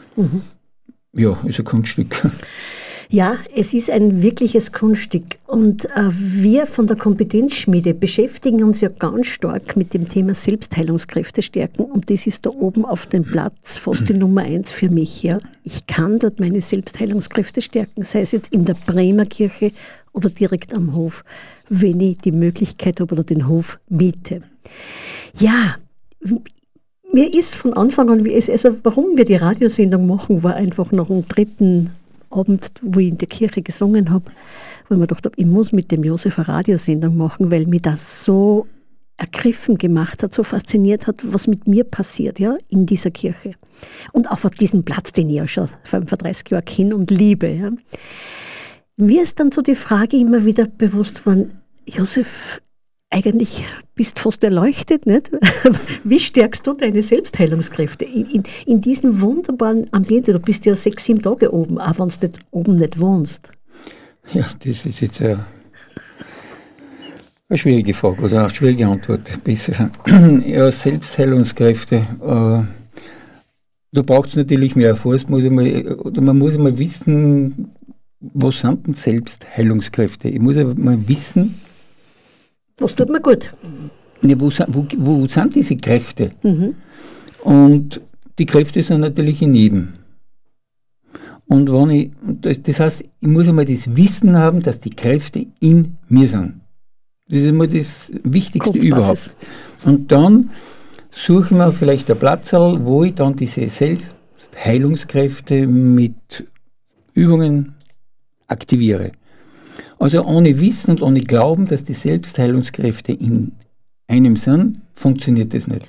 S3: ein Kunststück.
S1: Ja, es ist ein wirkliches Kunststück. Und wir von der Kompetenzschmiede beschäftigen uns ja ganz stark mit dem Thema Selbstheilungskräfte stärken. Und das ist da oben auf dem Platz fast die Nummer 1 für mich. Ja. Ich kann dort meine Selbstheilungskräfte stärken, sei es jetzt in der Bremer Kirche oder direkt am Hof, wenn ich die Möglichkeit habe oder den Hof miete. Ja, mir ist von Anfang an, warum wir die Radiosendung machen, war einfach nach dem 3. Abend, wo ich in der Kirche gesungen habe, wo ich mir gedacht habe, ich muss mit dem Josef eine Radiosendung machen, weil mich das so ergriffen gemacht hat, so fasziniert hat, was mit mir passiert, ja, in dieser Kirche. Und auch auf diesem Platz, den ich ja schon 35 Jahre kenne und liebe. Ja. Mir ist dann so die Frage immer wieder bewusst geworden, Josef, eigentlich bist fast erleuchtet, nicht? Wie stärkst du deine Selbstheilungskräfte in diesem wunderbaren Ambiente? Du bist ja 6, 7 Tage oben, auch wenn du jetzt oben nicht wohnst.
S3: Ja, das ist jetzt eine schwierige Frage oder eine schwierige Antwort. Besser. Ja, Selbstheilungskräfte. Da braucht es natürlich mehr Erfahrung. Man muss einmal wissen, was sind denn Selbstheilungskräfte? Ich muss einmal wissen,
S1: was tut mir gut?
S3: Ja, wo sind diese Kräfte? Und die Kräfte sind natürlich in jedem. Und das heißt, ich muss einmal das Wissen haben, dass die Kräfte in mir sind. Das ist einmal das Wichtigste überhaupt. Und dann suche ich mir vielleicht einen Platz, wo ich dann diese Selbstheilungskräfte mit Übungen aktiviere. Also ohne Wissen und ohne Glauben, dass die Selbstheilungskräfte in einem sind, funktioniert das nicht.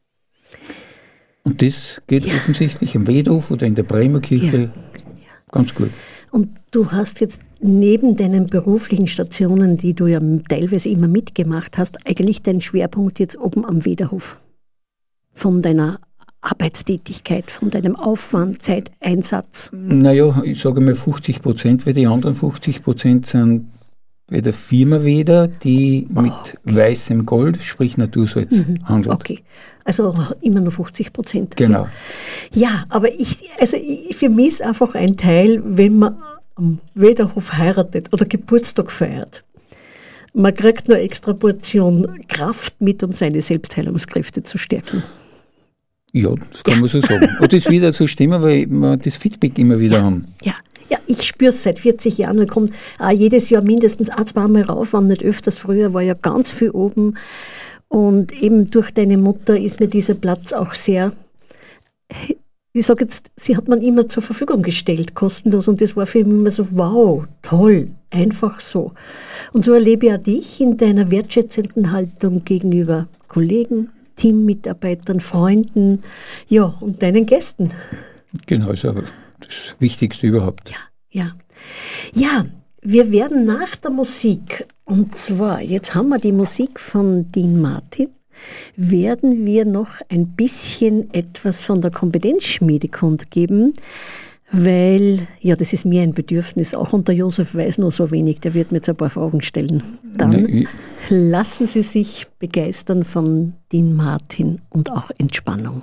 S3: Und das geht offensichtlich am Wedhof oder in der Bremer Kirche ganz gut.
S1: Und du hast jetzt neben deinen beruflichen Stationen, die du ja teilweise immer mitgemacht hast, eigentlich deinen Schwerpunkt jetzt oben am Wederhof. Von deiner Arbeitstätigkeit, von deinem Aufwand, Zeiteinsatz?
S3: Naja, ich sage mal 50%, weil die anderen 50% sind bei der Firma Weder, die mit weißem Gold, sprich Natursalz, handelt.
S1: Okay, also immer nur 50%.
S3: Genau.
S1: Ja, aber für mich ist einfach ein Teil, wenn man am Wederhof heiratet oder Geburtstag feiert. Man kriegt nur extra Portion Kraft mit, um seine Selbstheilungskräfte zu stärken.
S3: Ja, das kann man so sagen. Und das wieder so stimmen, weil wir das Feedback immer wieder haben.
S1: Ja, ich spüre es seit 40 Jahren. Und kommt jedes Jahr mindestens 1-2 Mal rauf, wenn nicht öfters. Früher war ja ganz viel oben. Und eben durch deine Mutter ist mir dieser Platz auch sehr, ich sage jetzt, sie hat man immer zur Verfügung gestellt, kostenlos. Und das war für mich immer so, wow, toll, einfach so. Und so erlebe ich auch dich in deiner wertschätzenden Haltung gegenüber Kollegen, Teammitarbeitern, Freunden, ja, und deinen Gästen.
S3: Genau, ist aber das Wichtigste überhaupt.
S1: Ja, wir werden nach der Musik, und zwar, jetzt haben wir die Musik von Dean Martin, werden wir noch ein bisschen etwas von der Kompetenzschmiede kundgeben, weil, ja, das ist mir ein Bedürfnis auch, und der Josef weiß nur so wenig, der wird mir jetzt ein paar Fragen stellen. Dann lassen Sie sich begeistern von Dean Martin und auch Entspannung.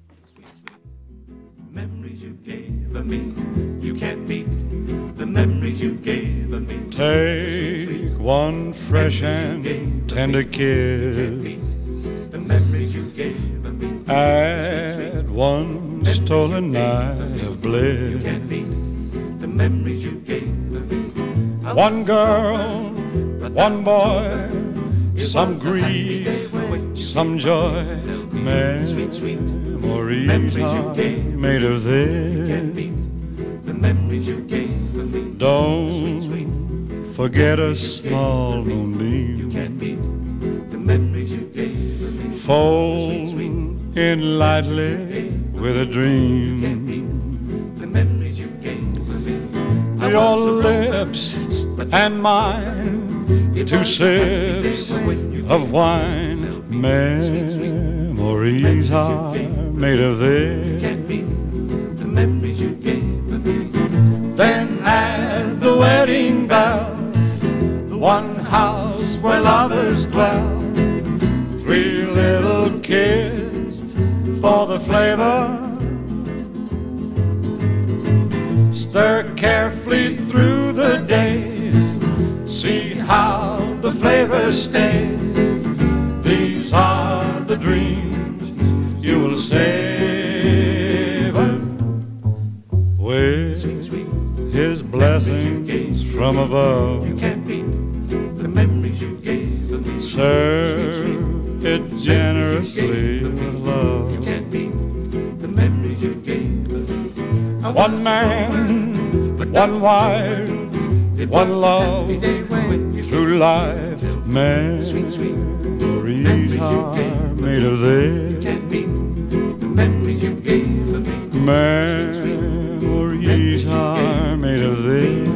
S2: Memories you gave me, you can't beat the memories you gave me.
S4: Take one fresh and tender kiss.
S2: The memories you gave me.
S4: Add one stolen night of bliss.
S2: The memories you gave me.
S4: One girl, one boy, some grief, some joy. Memories are made of this.
S2: The memories you gave
S4: Don't forget a small moonbeam. Fold in lightly with a dream. Your lips and mine, two sips of wine. Memories are made of this. Then add the wedding bells, one house where lovers dwell. 3 little kids for the flavor. Stir carefully through the days, see how the flavor stays. These are the dreams you will savor with His blessings from above. Serve it generously with love. One man, one wife, one love, through life. Memories are made of this. Memories are made of this.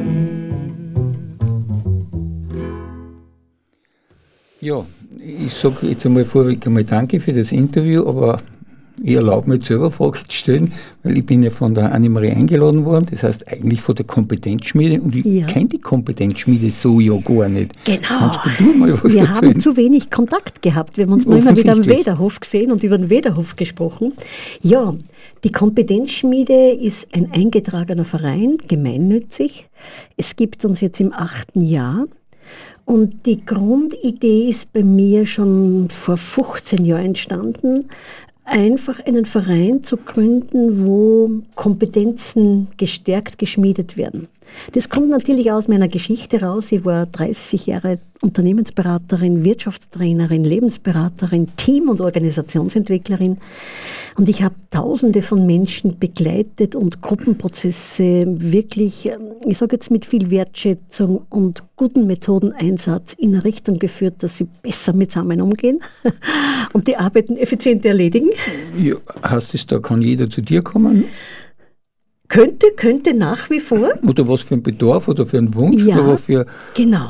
S3: Ja, ich sage jetzt einmal vorweg einmal danke für das Interview, aber ich erlaube mir jetzt selber Fragen zu stellen, weil ich bin ja von der Annemarie eingeladen worden, das heißt eigentlich von der Kompetenzschmiede, und ich kenne die Kompetenzschmiede so ja gar nicht.
S1: Genau.
S3: Kannst du mal was
S1: Wir
S3: erzählen?
S1: haben zu wenig Kontakt gehabt. Wir haben uns nur immer wieder am Wederhof gesehen und über den Wederhof gesprochen. Ja, die Kompetenzschmiede ist ein eingetragener Verein, gemeinnützig. Es gibt uns jetzt im 8. Jahr. Und die Grundidee ist bei mir schon vor 15 Jahren entstanden, einfach einen Verein zu gründen, wo Kompetenzen gestärkt geschmiedet werden. Das kommt natürlich aus meiner Geschichte raus. Ich war 30 Jahre Unternehmensberaterin, Wirtschaftstrainerin, Lebensberaterin, Team- und Organisationsentwicklerin. Und ich habe Tausende von Menschen begleitet und Gruppenprozesse wirklich, ich sage jetzt mit viel Wertschätzung und guten Methodeneinsatz in eine Richtung geführt, dass sie besser miteinander umgehen und die Arbeiten effizient erledigen.
S3: Ja, heißt es, da kann jeder zu dir kommen?
S1: Könnte nach wie vor.
S3: Oder was für ein Bedarf oder für einen Wunsch?
S1: Ja,
S3: oder für
S1: genau.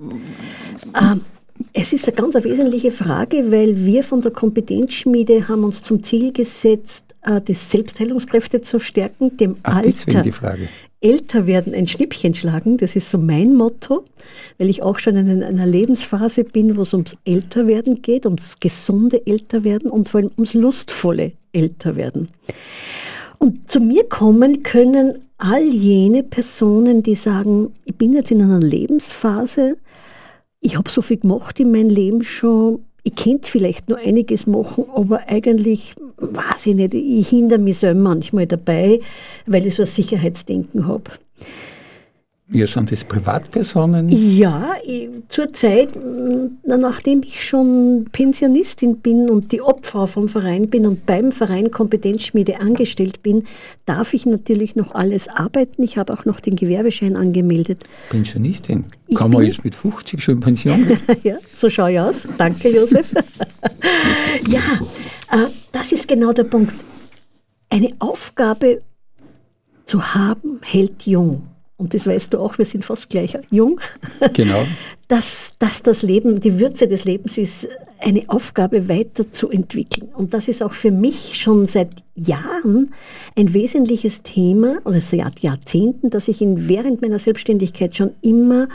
S1: Es ist eine ganz wesentliche Frage, weil wir von der Kompetenzschmiede haben uns zum Ziel gesetzt, die Selbstheilungskräfte zu stärken, dem
S3: deswegen die Frage.
S1: Älter werden ein Schnippchen schlagen. Das ist so mein Motto, weil ich auch schon in einer Lebensphase bin, wo es ums Älterwerden geht, ums gesunde Älterwerden und vor allem ums lustvolle Älterwerden. Und zu mir kommen können all jene Personen, die sagen, ich bin jetzt in einer Lebensphase, ich habe so viel gemacht in meinem Leben schon, ich könnte vielleicht nur einiges machen, aber eigentlich, weiß ich nicht, ich hindere mich selber manchmal dabei, weil ich so ein Sicherheitsdenken habe.
S3: Ja, sind das Privatpersonen?
S1: Ja, zurzeit, nachdem ich schon Pensionistin bin und die Obfrau vom Verein bin und beim Verein Kompetenzschmiede angestellt bin, darf ich natürlich noch alles arbeiten. Ich habe auch noch den Gewerbeschein angemeldet.
S3: Pensionistin? Kann man jetzt mit 50 schon in Pension gehen?
S1: Ja, so schaue ich aus. Danke, Josef. Ja, das ist genau der Punkt. Eine Aufgabe zu haben, hält jung. Und das weißt du auch, wir sind fast gleich jung.
S3: Genau.
S1: Dass das Leben, die Würze des Lebens ist, eine Aufgabe weiterzuentwickeln. Und das ist auch für mich schon seit Jahren ein wesentliches Thema, oder seit Jahrzehnten, dass ich während meiner Selbstständigkeit schon immer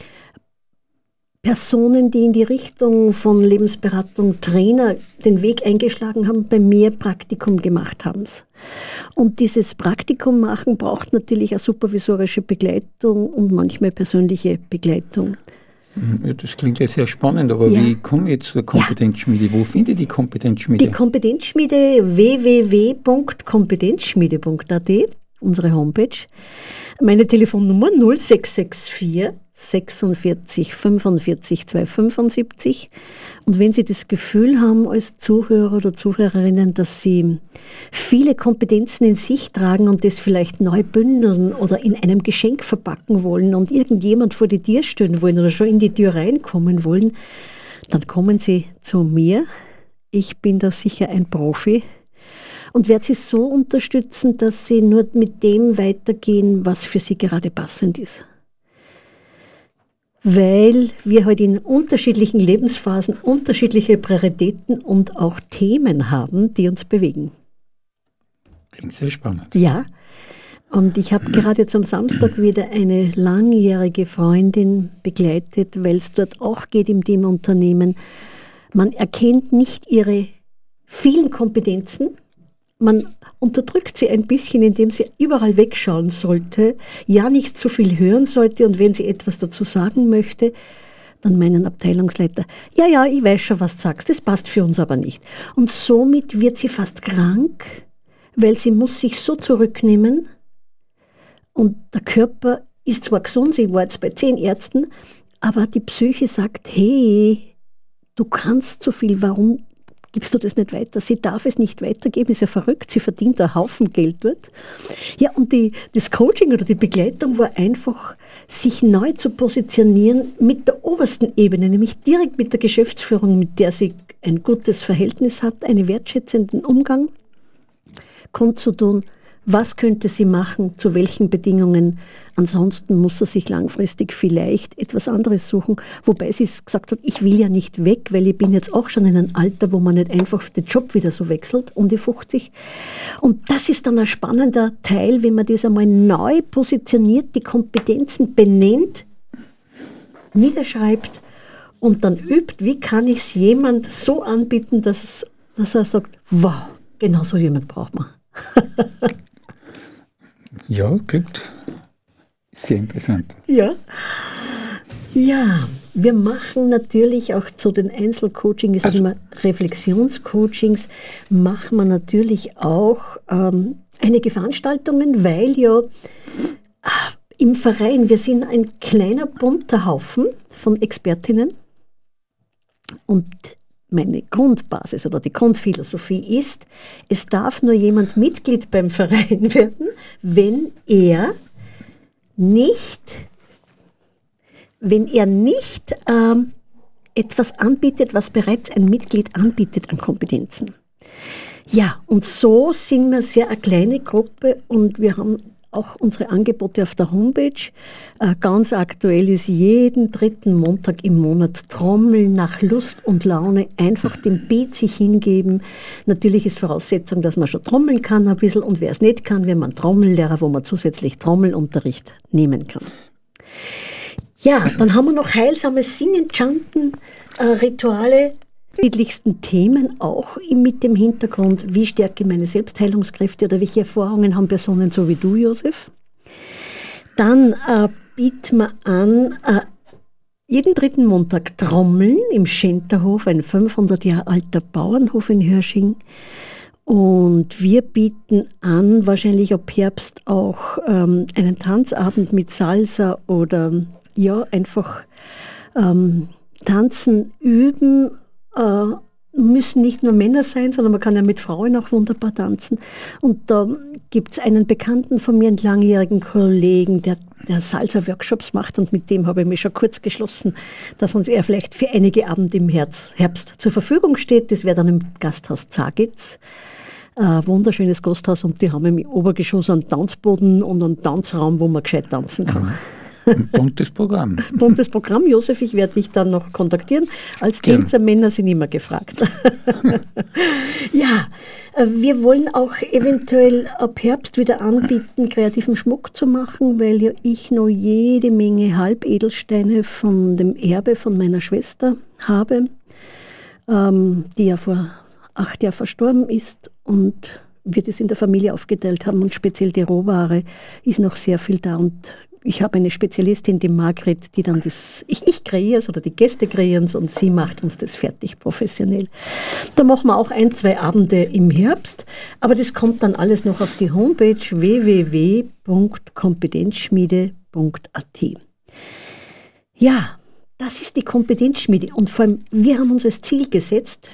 S1: Personen, die in die Richtung von Lebensberatung, Trainer den Weg eingeschlagen haben, bei mir Praktikum gemacht haben. Und dieses Praktikum machen braucht natürlich eine supervisorische Begleitung und manchmal persönliche Begleitung.
S3: Ja, das klingt ja sehr spannend, aber wie komme ich jetzt zur Kompetenzschmiede? Wo finde ich die Kompetenzschmiede?
S1: Die Kompetenzschmiede www.kompetenzschmiede.at. unsere Homepage. Meine Telefonnummer 0664 46 45 275. Und wenn Sie das Gefühl haben als Zuhörer oder Zuhörerinnen, dass Sie viele Kompetenzen in sich tragen und das vielleicht neu bündeln oder in einem Geschenk verpacken wollen und irgendjemand vor die Tür stellen wollen oder schon in die Tür reinkommen wollen, dann kommen Sie zu mir. Ich bin da sicher ein Profi und werde Sie so unterstützen, dass Sie nur mit dem weitergehen, was für Sie gerade passend ist. Weil wir heute in unterschiedlichen Lebensphasen unterschiedliche Prioritäten und auch Themen haben, die uns bewegen.
S3: Klingt sehr spannend.
S1: Ja, und ich habe gerade zum Samstag wieder eine langjährige Freundin begleitet, weil es dort auch geht im Teamunternehmen. Man erkennt nicht ihre vielen Kompetenzen, man unterdrückt sie ein bisschen, indem sie überall wegschauen sollte, ja nicht zu viel hören sollte und wenn sie etwas dazu sagen möchte, dann meinen Abteilungsleiter, ja, ich weiß schon, was du sagst, das passt für uns aber nicht. Und somit wird sie fast krank, weil sie muss sich so zurücknehmen und der Körper ist zwar gesund, sie war jetzt bei 10 Ärzten, aber die Psyche sagt, hey, du kannst so viel, warum gibst du das nicht weiter? Sie darf es nicht weitergeben, ist ja verrückt, sie verdient einen Haufen Geld dort. Ja, und das Coaching oder die Begleitung war einfach, sich neu zu positionieren mit der obersten Ebene, nämlich direkt mit der Geschäftsführung, mit der sie ein gutes Verhältnis hat, einen wertschätzenden Umgang kundzutun. Was könnte sie machen, zu welchen Bedingungen? Ansonsten muss er sich langfristig vielleicht etwas anderes suchen. Wobei sie gesagt hat, ich will ja nicht weg, weil ich bin jetzt auch schon in einem Alter, wo man nicht einfach den Job wieder so wechselt, um die 50. Und das ist dann ein spannender Teil, wenn man das einmal neu positioniert, die Kompetenzen benennt, niederschreibt und dann übt, wie kann ich es jemand so anbieten, dass er sagt, wow, genau so jemand braucht man.
S3: Ja, klingt sehr interessant.
S1: Ja, wir machen natürlich auch zu den Einzelcoachings, ich sage immer Reflexionscoachings, machen wir natürlich auch einige Veranstaltungen, weil ja im Verein, wir sind ein kleiner bunter Haufen von Expertinnen und meine Grundbasis oder die Grundphilosophie ist, es darf nur jemand Mitglied beim Verein werden, wenn er nicht etwas anbietet, was bereits ein Mitglied anbietet an Kompetenzen. Ja, und so sind wir sehr eine kleine Gruppe und wir haben auch unsere Angebote auf der Homepage. Ganz aktuell ist jeden 3. Montag im Monat Trommeln nach Lust und Laune, einfach dem Beat sich hingeben. Natürlich ist Voraussetzung, dass man schon trommeln kann ein bisschen und wer es nicht kann, wir haben einen Trommellehrer, wo man zusätzlich Trommelunterricht nehmen kann. Ja, dann haben wir noch heilsames Singen, Chanten, Rituale, unterschiedlichsten Themen auch mit dem Hintergrund, wie stärke ich meine Selbstheilungskräfte oder welche Erfahrungen haben Personen so wie du, Josef. Dann bieten wir an, jeden 3. Montag Trommeln im Schenterhof, ein 500 Jahre alter Bauernhof in Hörsching. Und wir bieten an, wahrscheinlich ab Herbst auch einen Tanzabend mit Salsa oder ja, einfach tanzen üben. Müssen nicht nur Männer sein, sondern man kann ja mit Frauen auch wunderbar tanzen. Und da gibt es einen Bekannten von mir, einen langjährigen Kollegen, der Salsa-Workshops macht und mit dem habe ich mich schon kurz geschlossen, dass uns er vielleicht für einige Abende im Herbst zur Verfügung steht. Das wäre dann im Gasthaus Zagitz. Wunderschönes Gasthaus und die haben im Obergeschoss einen Tanzboden und einen Tanzraum, wo man gescheit tanzen kann.
S3: Ein buntes Programm.
S1: Buntes Programm, Josef, ich werde dich dann noch kontaktieren. Als Tänzer Männer sind immer gefragt. Ja, wir wollen auch eventuell ab Herbst wieder anbieten, kreativen Schmuck zu machen, weil ja ich noch jede Menge Halbedelsteine von dem Erbe von meiner Schwester habe, die ja vor 8 Jahren verstorben ist und wir das in der Familie aufgeteilt haben und speziell die Rohware ist noch sehr viel da und ich habe eine Spezialistin, die Margret, die dann ich kreiere es oder die Gäste kreieren es und sie macht uns das fertig professionell. Da machen wir auch 1-2 Abende im Herbst, aber das kommt dann alles noch auf die Homepage www.kompetenzschmiede.at. Ja, das ist die Kompetenzschmiede und vor allem, wir haben uns als Ziel gesetzt,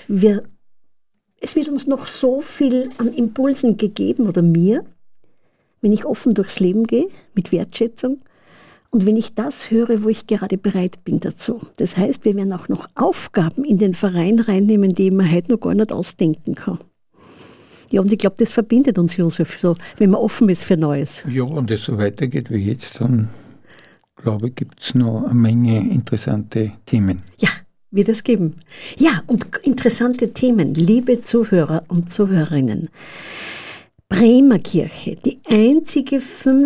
S1: es wird uns noch so viel an Impulsen gegeben oder mir, wenn ich offen durchs Leben gehe, mit Wertschätzung und wenn ich das höre, wo ich gerade bereit bin dazu. Das heißt, wir werden auch noch Aufgaben in den Verein reinnehmen, die man heute noch gar nicht ausdenken kann. Ja, und ich glaube, das verbindet uns, Josef, so, wenn man offen ist für Neues.
S3: Ja, und es so weitergeht wie jetzt, dann glaube ich, gibt es noch eine Menge interessante Themen.
S1: Ja, wird es geben. Ja, und interessante Themen, liebe Zuhörer und Zuhörerinnen. Bremer Kirche, die einzige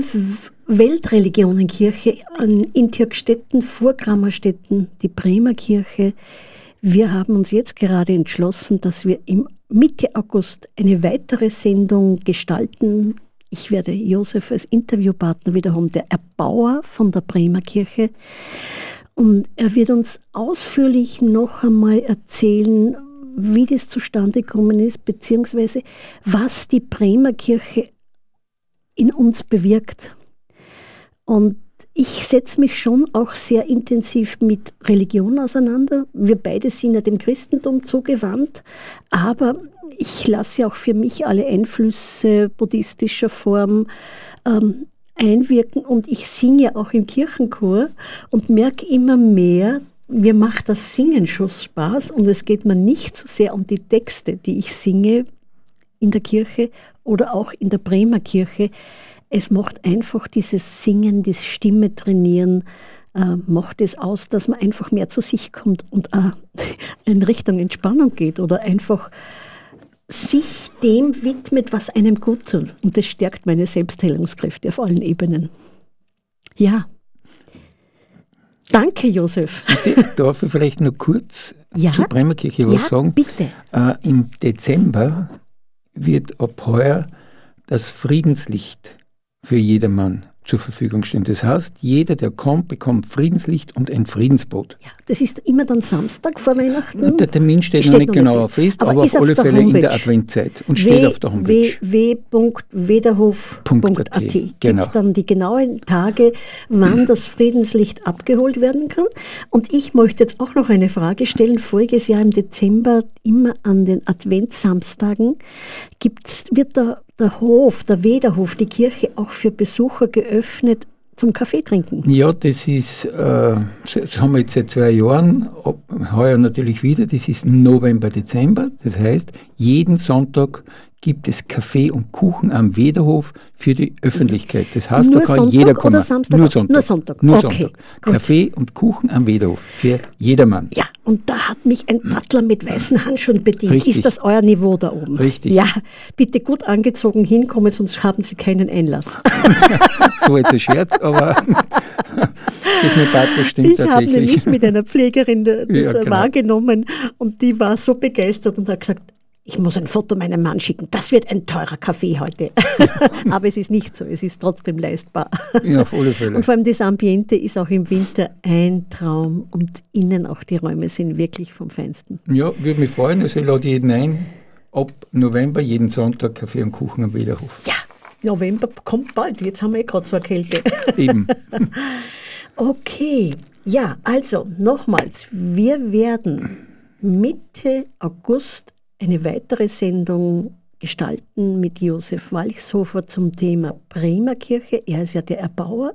S1: 5-Weltreligionenkirche in Türkstetten, vor Grammerstetten, die Bremer Kirche. Wir haben uns jetzt gerade entschlossen, dass wir im Mitte August eine weitere Sendung gestalten. Ich werde Josef als Interviewpartner wieder haben, der Erbauer von der Bremer Kirche. Und er wird uns ausführlich noch einmal erzählen, wie das zustande gekommen ist, beziehungsweise was die Bremer Kirche in uns bewirkt. Und ich setze mich schon auch sehr intensiv mit Religion auseinander. Wir beide sind ja dem Christentum zugewandt, aber ich lasse ja auch für mich alle Einflüsse buddhistischer Form einwirken und ich singe ja auch im Kirchenchor und merke immer mehr, mir macht das Singen schon Spaß und es geht mir nicht so sehr um die Texte, die ich singe in der Kirche oder auch in der Bremer Kirche. Es macht einfach dieses Singen, das Stimme trainieren, macht es aus, dass man einfach mehr zu sich kommt und in Richtung Entspannung geht oder einfach sich dem widmet, was einem gut tut. Und das stärkt meine Selbstheilungskräfte auf allen Ebenen. Ja. Danke, Josef.
S3: Darf ich vielleicht nur kurz
S1: ja?
S3: zur Bremer Kirche was sagen?
S1: Bitte.
S3: Im Dezember wird ab heuer das Friedenslicht für jedermann zur Verfügung stehen. Das heißt, jeder, der kommt, bekommt Friedenslicht und ein Friedensboot.
S1: Ja, das ist immer dann Samstag vor Weihnachten.
S3: Der Termin steht noch nicht genau fest, aber auf alle Fälle in der Adventzeit und steht auf der Homepage.
S1: www.wederhof.at gibt es dann die genauen Tage, wann das Friedenslicht abgeholt werden kann. Und ich möchte jetzt auch noch eine Frage stellen. Voriges Jahr im Dezember, immer an den Adventssamstagen, wird der Hof, der Wederhof, die Kirche auch für Besucher geöffnet zum Kaffee trinken? Ja,
S3: das haben wir jetzt seit 2 Jahren, heuer natürlich wieder, das ist November, Dezember. Das heißt, jeden Sonntag gibt es Kaffee und Kuchen am Wederhof für die Öffentlichkeit. Das heißt,
S1: nur
S3: da kann
S1: Sonntag
S3: jeder kommen.
S1: Oder Samstag?
S3: Nur Sonntag.
S1: Nur Sonntag.
S3: Okay, Kaffee und Kuchen am Wederhof für jedermann.
S1: Ja, und da hat mich ein Butler mit weißen Handschuhen bedient.
S3: Richtig.
S1: Ist das euer Niveau da oben?
S3: Richtig.
S1: Ja, bitte gut angezogen hinkommen, sonst haben Sie keinen Einlass.
S3: So jetzt ein Scherz, aber das mit Butler stimmt tatsächlich.
S1: Ich habe nämlich mit einer Pflegerin das
S3: genau.
S1: wahrgenommen und die war so begeistert und hat gesagt, ich muss ein Foto meinem Mann schicken. Das wird ein teurer Kaffee heute. Aber es ist nicht so. Es ist trotzdem leistbar.
S3: Ja, auf alle Fälle.
S1: Und vor allem das Ambiente ist auch im Winter ein Traum. Und innen auch die Räume sind wirklich vom Feinsten.
S3: Ja, würde mich freuen. Also ich lade jeden ein. Ab November jeden Sonntag Kaffee und Kuchen am Wederhof.
S1: Ja, November kommt bald. Jetzt haben wir gerade so eine Kälte.
S3: Eben.
S1: Okay. Ja, also nochmals. Wir werden Mitte August eine weitere Sendung gestalten mit Josef Walchshofer zum Thema Bremer Kirche. Er ist ja der Erbauer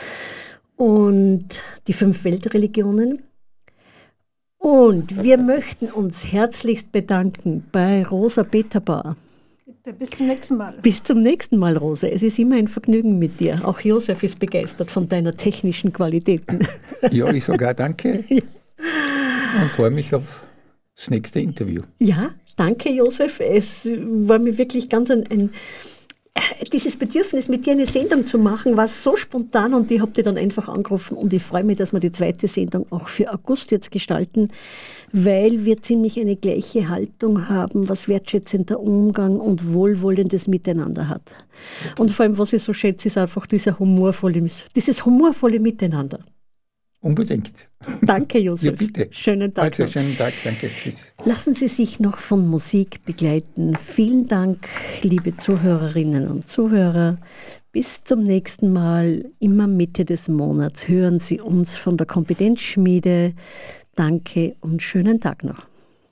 S1: und die 5 Weltreligionen. Und wir möchten uns herzlichst bedanken bei Rosa Peterbauer.
S5: Bitte, bis zum nächsten Mal.
S1: Bis zum nächsten Mal, Rosa. Es ist immer ein Vergnügen mit dir. Auch Josef ist begeistert von deiner technischen Qualitäten.
S3: Ja, ich sage auch danke
S1: Ja.
S3: und freue mich auf das nächste Interview.
S1: Ja, danke Josef. Es war mir wirklich ganz ein dieses Bedürfnis, mit dir eine Sendung zu machen, war so spontan und ich habe dich dann einfach angerufen und ich freue mich, dass wir die zweite Sendung auch für August jetzt gestalten, weil wir ziemlich eine gleiche Haltung haben, was wertschätzender Umgang und wohlwollendes Miteinander hat. Und vor allem, was ich so schätze, ist einfach dieses humorvolle Miteinander.
S3: Unbedingt.
S1: Danke, Josef.
S3: Ja, bitte.
S1: Schönen Tag.
S3: Also,
S1: noch.
S3: schönen Tag, danke. Tschüss.
S1: Lassen Sie sich noch von Musik begleiten. Vielen Dank, liebe Zuhörerinnen und Zuhörer. Bis zum nächsten Mal, immer Mitte des Monats, hören Sie uns von der Kompetenzschmiede. Danke und schönen Tag noch.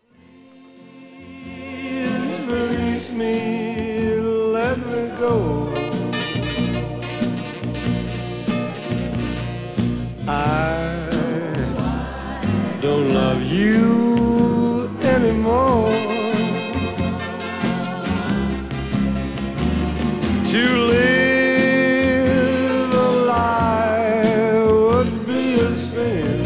S4: Release me, let me go. I don't love you anymore. To live a lie would be a sin.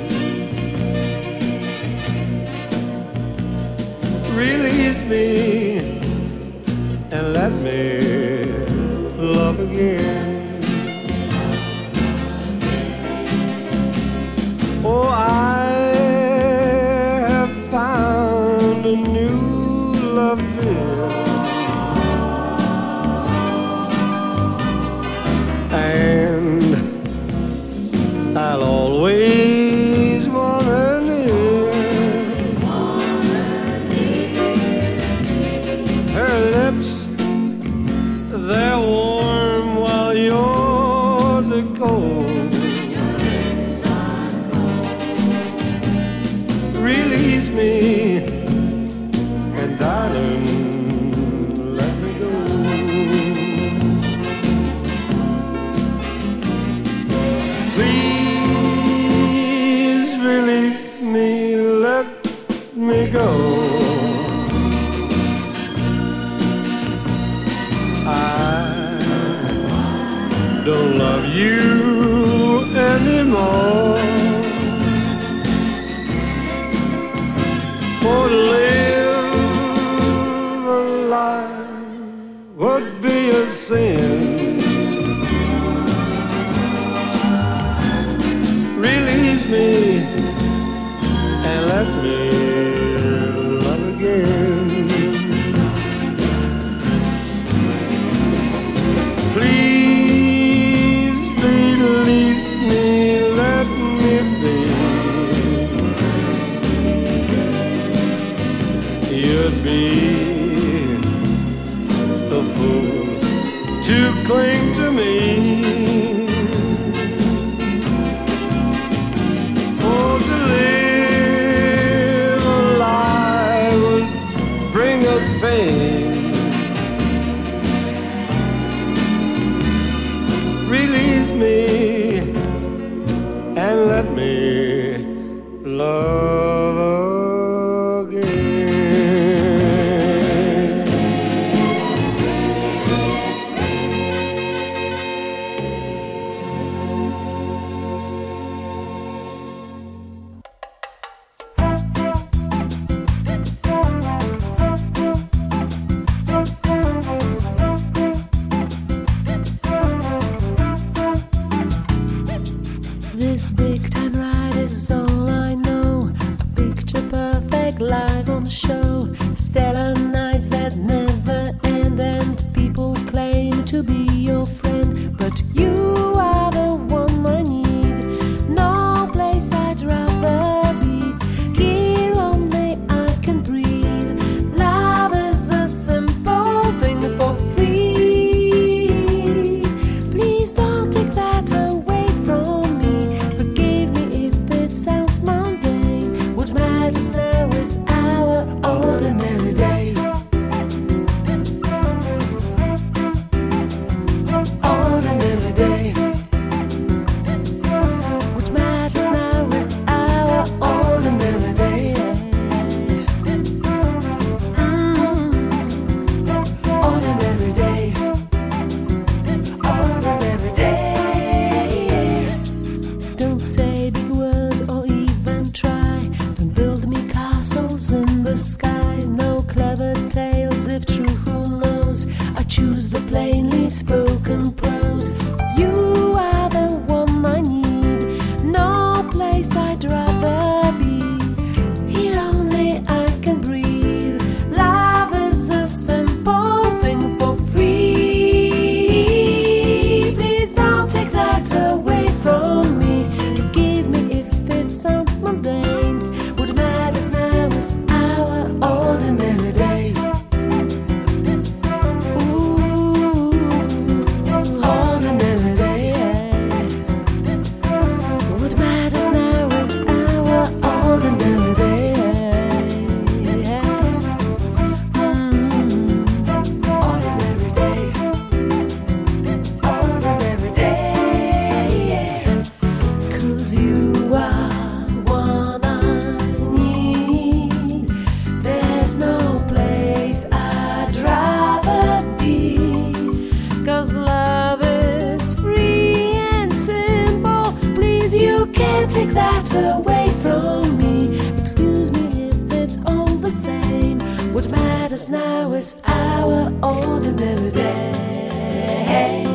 S4: Release me and let me love again. Oh, I have found a new love dear, and I'll always want her near. Her lips, they're warm while yours are cold. Release me, and darling, let me go. Please release me, let me go. I don't love you anymore. For to live a life would be a sin. Release me and let me love again. Please release me, let me be. You'd be a fool to cling to me. Oh, to live a lie would bring us pain. Release me and let me love again.
S6: This big time ride is all I know. A picture perfect live on the show. Stellar nights that never end, and people claim to be your friend. But you are the one I need. No place I'd rather be. Here only I can breathe. Love is a simple thing for free. Please don't take that away from me. Forgive me if it sounds mundane. What matters now is our ordinary day. Ordinary day. What matters now is our ordinary day. Ordinary day. Ordinary day. Don't say big words or even try. Don't build me castles in the sky. No clever tales, if true, who knows? I choose the plain any spoken prose. You are the one I need, no place I'd rather be. Here only I can breathe. Love is a simple thing for free. Please don't take that away from me. Forgive me if it sounds mundane. What matters now is our ordinary day. Ooh, ordinary day. What matters now is our ordinary day. Ordinary day. Ordinary day. 'Cause you are one I need. There's no place I'd rather be. 'Cause love is free and simple. Please, you can't take that away from me. Excuse me if it's all the same. What matters now is our ordinary day.